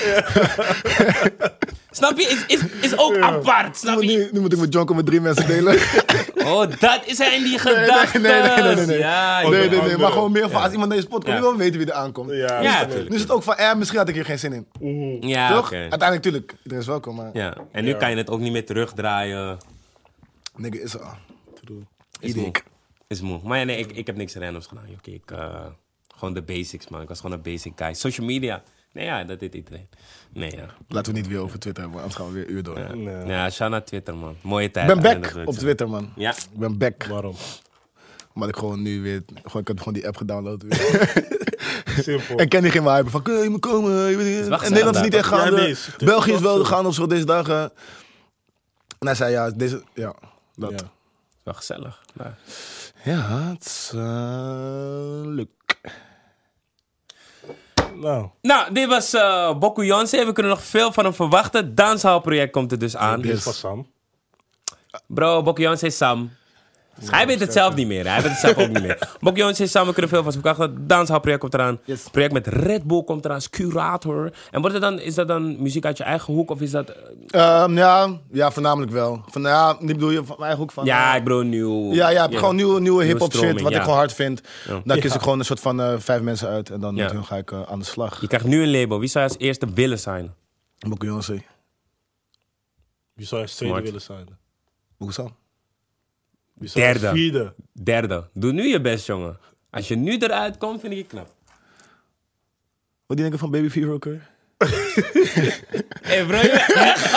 Snap je? Is ook apart, snap je? Nu moet ik met Jonko met 3 mensen delen. Oh, dat zijn die gedachten. Nee. Ja, Nee, joh. maar gewoon meer van, als iemand naar je spot komt, Ja. je wil weten wie er aankomt. Ja, Ja, dus- tuurlijk. Nu is het ook van, misschien had ik hier geen zin in. Ja, Toch? oké. Uiteindelijk, tuurlijk, iedereen is welkom, maar Ja, en nu kan je het ook niet meer terugdraaien. nigga is er. Is Ieder moe. ik. Is moe. Maar ja, nee, ik heb niks randoms gedaan. Joh. Gewoon de basics, man. Ik was gewoon een basic guy. Social media. Nee, ja, dat deed iedereen. Nee, ja. Laten we niet weer over Twitter hebben, anders gaan we weer uur door. Nee. Ja, shout naar Twitter, man. Mooie tijd. Ik ben alleen back dat op Twitter, man. Ja. Ik ben back. Waarom? Maar ik gewoon nu weer... ik heb gewoon die app gedownload weer. Simpel. En Kenny ging me hypen van, je moet komen. Je weet niet. wel En Nederland is niet echt gezellig gaande. Ja, nee, is- België is wel is- gaande of zo deze dagen. En hij zei, ja, deze... Ja, dat. Ja. Ja, Wel gezellig. Ja. het is leuk. Nou, Nou, dit was Boku Yonsei. We kunnen nog veel van hem verwachten. Danshaalproject komt er dus aan. dit is van Sam. Bro, Boku Yonsei Sam. Hij weet het zelf niet meer. Hij weet het zelf ook niet meer. Boku Yonsei Sam, we kunnen veel van hem verwachten. Danshaalproject komt eraan. Yes. Project met Red Bull komt eraan als curator. En wordt het dan, is dat dan muziek uit je eigen hoek? Of is dat... Ja, voornamelijk wel. Niet bedoel je van mijn eigen hoek van... ja, ik bedoel nieuw... Ja, gewoon nieuwe hip-hop shit, stroming, wat ja. ik gewoon hard vind. Dan kies Ja. ik gewoon een soort van 5 mensen uit en dan Ja. met hun ga ik aan de slag. Je krijgt nu een label. Wie zou je als eerste willen zijn? Boku Yonsei. Wie zou je als tweede Smart. willen zijn? Boku Sam. Wie zou je als Derde. vierde? Derde. Doe nu je best, jongen. Als je nu eruit komt, vind ik je knap. Wat die denken van Baby Fever ook weer? Hé bro, je bent echt...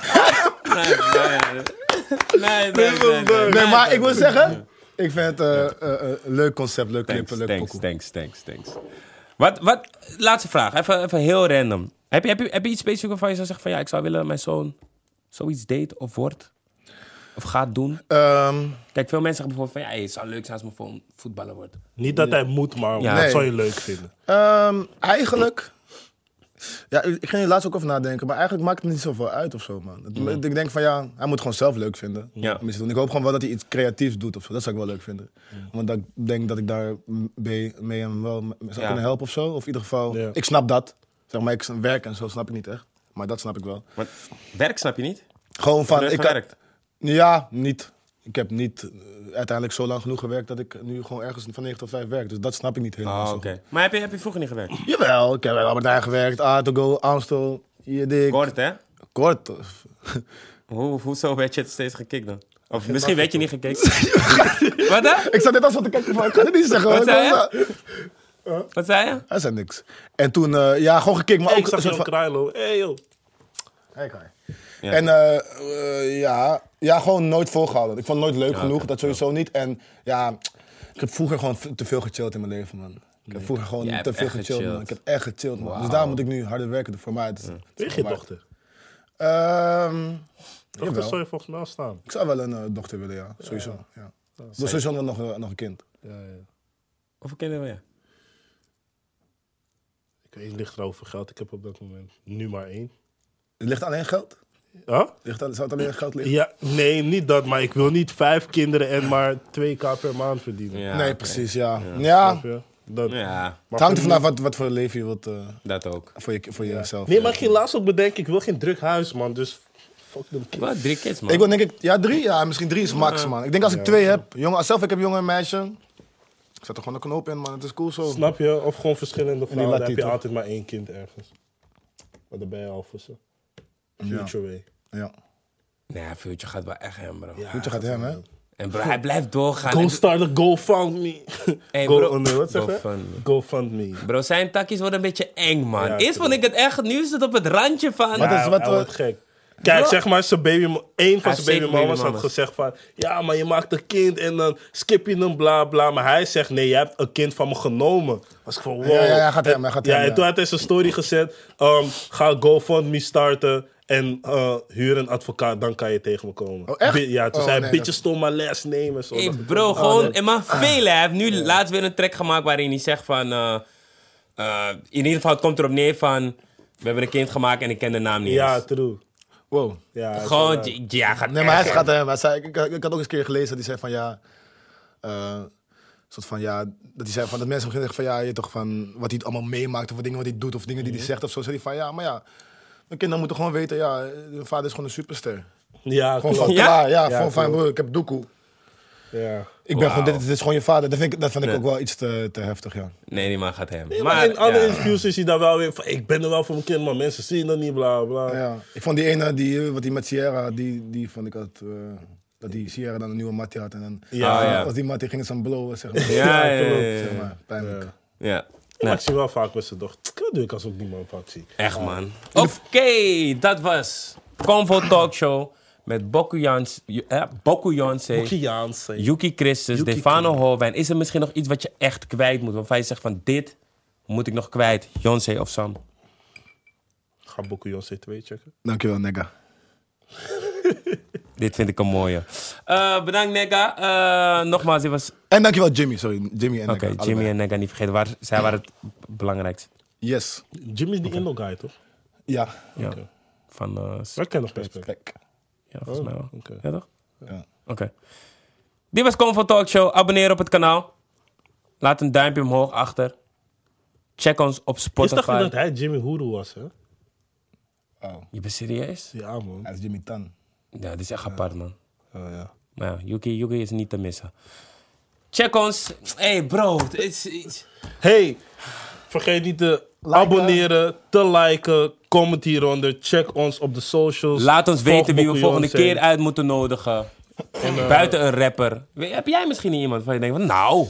Nee. Nee, maar ik wil zeggen, ik vind het een leuk concept, leuk clip, leuk pokoe. Thanks. Wat, laatste vraag. Even heel random. Heb je iets specifieks waarvan je zou zeggen van... Ja, ik zou willen mijn zoon zoiets date of wordt? Of gaat doen? Kijk, veel mensen zeggen bijvoorbeeld van... Ja, het zou leuk zijn als mijn zoon voetballer wordt. Niet dat hij moet, maar Ja. dat Nee. zou je leuk vinden. Eigenlijk... Ja, ik ging er laatst ook over nadenken, maar eigenlijk maakt het niet zoveel uit of zo, man. Ik denk van ja, hij moet gewoon zelf leuk vinden. Ja. om iets te doen. Ik hoop gewoon wel dat hij iets creatiefs doet of zo. Dat zou ik wel leuk vinden. Want dat, ik denk dat ik daar mee hem wel zou kunnen helpen of zo. Of in ieder geval, Ja. ik snap dat. Zeg maar, ik werk en zo snap ik niet echt. Maar dat snap ik wel. Maar werk snap je niet? Gewoon van, Nooit ik gewerkt? Ja, niet. Ik heb niet uiteindelijk zo lang genoeg gewerkt dat ik nu gewoon ergens van 9 tot 5 werk. Dus dat snap ik niet helemaal. Oh, zo oké. Maar heb je vroeger niet gewerkt? Jawel, ik heb bij Albert Heijn gewerkt, A2Go, Amstel, hier dik. Kort, hè? Kort. Hoezo werd je het steeds gekikt dan? Of misschien werd je niet gekikt. Wat dan? Ik zat net als wat te kijken van, ik ga het niet zeggen. Wat hoor. zei Wat zei je? Hij zei niks. En toen, ja, gewoon gekikt, maar Hey, ook ik zag een je soort op van... Krailo. Hey joh. Hey, Kai. Ja. En ja, gewoon nooit volgehouden. Ik vond het nooit leuk genoeg, dat sowieso niet. En ja, ik heb vroeger gewoon te veel gechilled in mijn leven, man. Ik heb vroeger gewoon Jij te hebt veel echt gechilled, man. gechilled. Ik heb echt gechilled, man. Dus daar moet ik nu harder werken voor mij. Het is- Weet je dochter? Dochter jawel. zou je volgens mij al staan. Ik zou wel een dochter willen, ja. Sowieso. Ja. Dus sowieso nog een kind. Hoeveel kinderen wil je? Het ligt erover geld. Ik heb op dat moment nu maar 1. Het ligt alleen geld? Huh? Zou het alleen geld liggen? Ja, nee, niet dat. Maar ik wil niet 5 kinderen en maar 2k per maand verdienen. Ja, Nee, oké. precies, ja. Ja, Snap je? Ja, Het hangt er vanaf wat voor leven je wilt dat ook. voor jezelf. Nee, maar ik ging laatst ook bedenken, ik wil geen druk huis, man. Dus fuck them kids. Wat, 3 kids, man. Ik wil denk ik, 3? Ja, misschien 3 is max, man. Ik denk als ik 2 heb, jongen, zelf ik heb jongen en meisje. Ik zet er gewoon een knoop in, man. Het is cool zo. Snap je? Of gewoon verschillende vrouwen. Dan heb je Latito. altijd maar 1 kind ergens. Maar dan ben je al voor ze. Future way. Ja. Nee, Future gaat wel echt hem, bro. Ja, Future gaat hem, hè? En bro, hij blijft doorgaan. Go En- start a GoFundMe. Hey, bro. Nee, wat zeg je? GoFundMe. GoFundMe. Bro, zijn takjes worden een beetje eng, man. Ja, Eerst vond ik het echt, nu is het op het randje van... Wat is- Hij wordt gek. Kijk, Bro. zeg maar, een van Hij zijn heeft 7 babymama's had babymamas. gezegd van... Ja, maar je maakt een kind en dan skip je hem, bla bla. Maar hij zegt, nee, je hebt een kind van me genomen. Was ik van, wow. Ja, hij gaat hem, hij gaat Ja, hem, en ja. toen had hij zijn story gezet. Ga GoFundMe starten en huur een advocaat, dan kan je tegen me komen. Oh, echt? Ja, toen Oh, zei nee, hij, beetje stom maar les nemen. Zo. Hey, Dat ik bro, van, gewoon... nee. En maar velen. Hij heeft nu laatst weer een track gemaakt waarin hij zegt van... in ieder geval, het komt erop neer van... We hebben een kind gemaakt en ik ken de naam niet Ja, eens. true. Wow. Ja, hij Gewoon, zei, ja, gaat Nee, maar hij echt gaat hem. Hij zei, ik had ook eens een keer gelezen dat hij zei van ja... soort van ja... Dat hij zei van dat mensen beginnen zeggen van ja, je toch van wat hij allemaal meemaakt of wat dingen wat hij doet of dingen die hij zegt of zo. Zei hij van ja, maar ja... Mijn kinderen moeten gewoon weten, ja, hun vader is gewoon een superster. ja, Gewoon klopt. van Ja? klaar, Ja, gewoon van klopt. broer, ik heb doekoe. Ja. Ik ben gewoon, dit is gewoon je vader. Dat vind ik Nee. ook wel iets te heftig, ja. Nee, die man gaat hem. Maar in andere ja. interviews is hij daar wel weer van... Ik ben er wel voor mijn kind, maar mensen zien dat niet, bla bla. Ja. Ik vond die ene, wat die met Sierra, die vond ik dat die Sierra dan een nieuwe mattie had. En dan, Ja, ja. als die mattie ging ze aan blowen, zeg maar. Ja, ja, ja, klopt. ja. Zeg maar, pijnlijk. Ja. Maar ik zie wel vaak met zijn dochter. Dat doe ik als ook die man vaak zie. Echt, man. Oké, dat was Convo Talk Show met Boku Yonsei, Okiaans. Yuki Christus, Yuki Stefano Holwijn. Is er misschien nog iets wat je echt kwijt moet? Waarvan je zegt van dit moet ik nog kwijt. Yonsei of Sam? Ga Boku Yonsei 2 checken. Dankjewel, nigga. Dit vind ik een mooie. Bedankt, Nega. Nogmaals, dit was... En dankjewel Jimmy, sorry. Jimmy en Oké, nigga. Jimmy allebei. en Nega niet vergeten. Zij waren het belangrijkste. Yes. Jimmy is die Indo-guy, toch? Ja. Ja. Oké. Van... Maar ik ken nog respect. Kijk. ja, volgens mij wel. Oké. Ja, toch? Ja. Oké. Dit was Convo Talk Show. Abonneer op het kanaal. Laat een duimpje omhoog achter. Check ons op Is Spotify. dat hij Jimmy Hoodoo was, hè? Oh, Je bent serieus? Ja, man. hij is Jimmy Tan. Ja, dit is echt apart, man. Ja. Maar ja, Yuki is niet te missen. Check ons. Hey, bro. Hey, vergeet niet te abonneren, te liken, comment hieronder. Check ons op de socials. Laat ons Volg weten wie we Boku volgende Yonsei. keer uit moeten nodigen. Buiten een rapper. Heb jij misschien iemand van je denkt van, nou...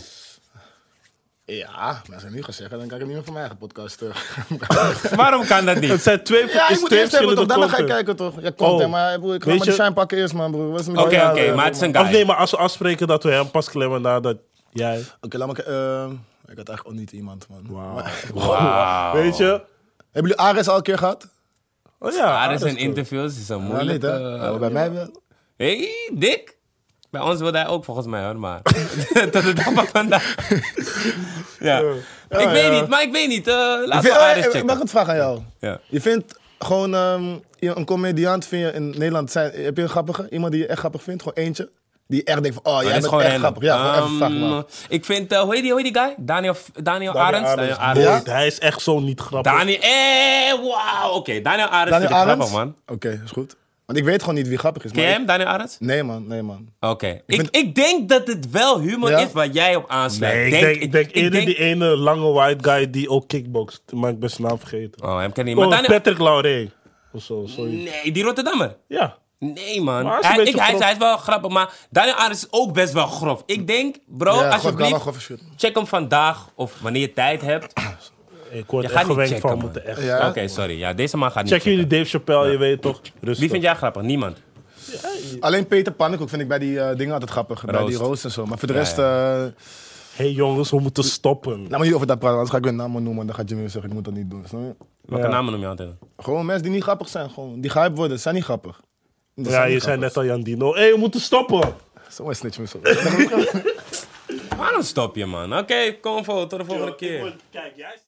Ja, maar als ik nu ga zeggen, dan kan ik hem niet meer van mijn eigen podcast terug. Waarom kan dat Het niet? zijn twee, Ja, is ik moet twee eerst hebben toch, verschillende daarna ga je content. kijken toch. Ja, content, Oh. maar broer, ik ga Weet maar die je- shine pakken eerst man broer. Wat is het met Oké, jou? oké, maar het is een guy. Of nee, maar als we afspreken dat we hem pas klemmen nadat jij... Oké, laat me ik had eigenlijk ook niet iemand man. Wauw. Weet je? Hebben jullie Ares al een keer gehad? Oh ja. Ah, dat is zijn interviews, is een Ja, moeilijk. niet hè? Ja, bij mij wel. Hey, Dick. Bij ons wilde hij ook volgens mij hoor, maar... Tot de dag van vandaag. Ja. Ik weet niet. Laten we Ares Ik checken. mag het vragen aan jou. Ja. Je vindt gewoon een comediant vind je in Nederland, heb je een grappige? Iemand die je echt grappig vindt? Gewoon eentje? Die je echt denkt van, oh, jij Dat is bent gewoon echt random. grappig. Ja, gewoon even vragen man. Ik vind, hoe heet die guy? Daniel Arends? Daniel Arends. Arends. Ja? Hij is echt zo niet grappig. Wauw. Oké, Daniel Arends Daniel vind ik Arends? grappig, man. Oké, is goed. Want ik weet gewoon niet wie grappig is. Ken je maar hem, Daniel Arends? Nee man. Oké. vind- Ik denk dat het wel humor Ja? is waar jij op aansluit. Nee, ik denk eerder die ene lange white guy die ook kickboxt. Maar ik ben zijn naam vergeten. Oh, hem ken ik niet. Oh, Maar Daniel... Patrick Lauré. Of zo, sorry. Nee, die Rotterdammer. Ja. Nee, man. Maar hij is een beetje grof. Hij is wel grappig, maar Daniel Arends is ook best wel grof. Ik denk, bro, Ja, alsjeblieft, gewoon verschil. check hem vandaag of wanneer je tijd hebt. Ik word Je echt gaat niet gewenkt checken, van man. moeten echt. Ja. Oké, sorry. Ja, deze man gaat niet Checken checken. jullie Dave Chappelle, je weet toch? Rustig. Wie vind jij grappig? Niemand. Alleen Peter Pannenkoek vind ik bij die dingen altijd grappig. Bij die roast en zo. Maar voor de Ja, rest... Hey jongens, we moeten stoppen. laat me niet over dat praten, anders ga ik weer namen noemen. Dan gaat Jimmy weer zeggen, ik moet dat niet doen. Snap je? Welke Ja. namen noem je altijd? Gewoon mensen die niet grappig zijn. Gewoon, die gehyped worden, zijn niet grappig. Die Ja, zijn je niet zei grappig. net al Jan Dino. Hey, we moeten stoppen. Zo'n snitch me zo. Waarom stop je, man? Oké, kom voor. Tot de volgende keer. Kijk, jij...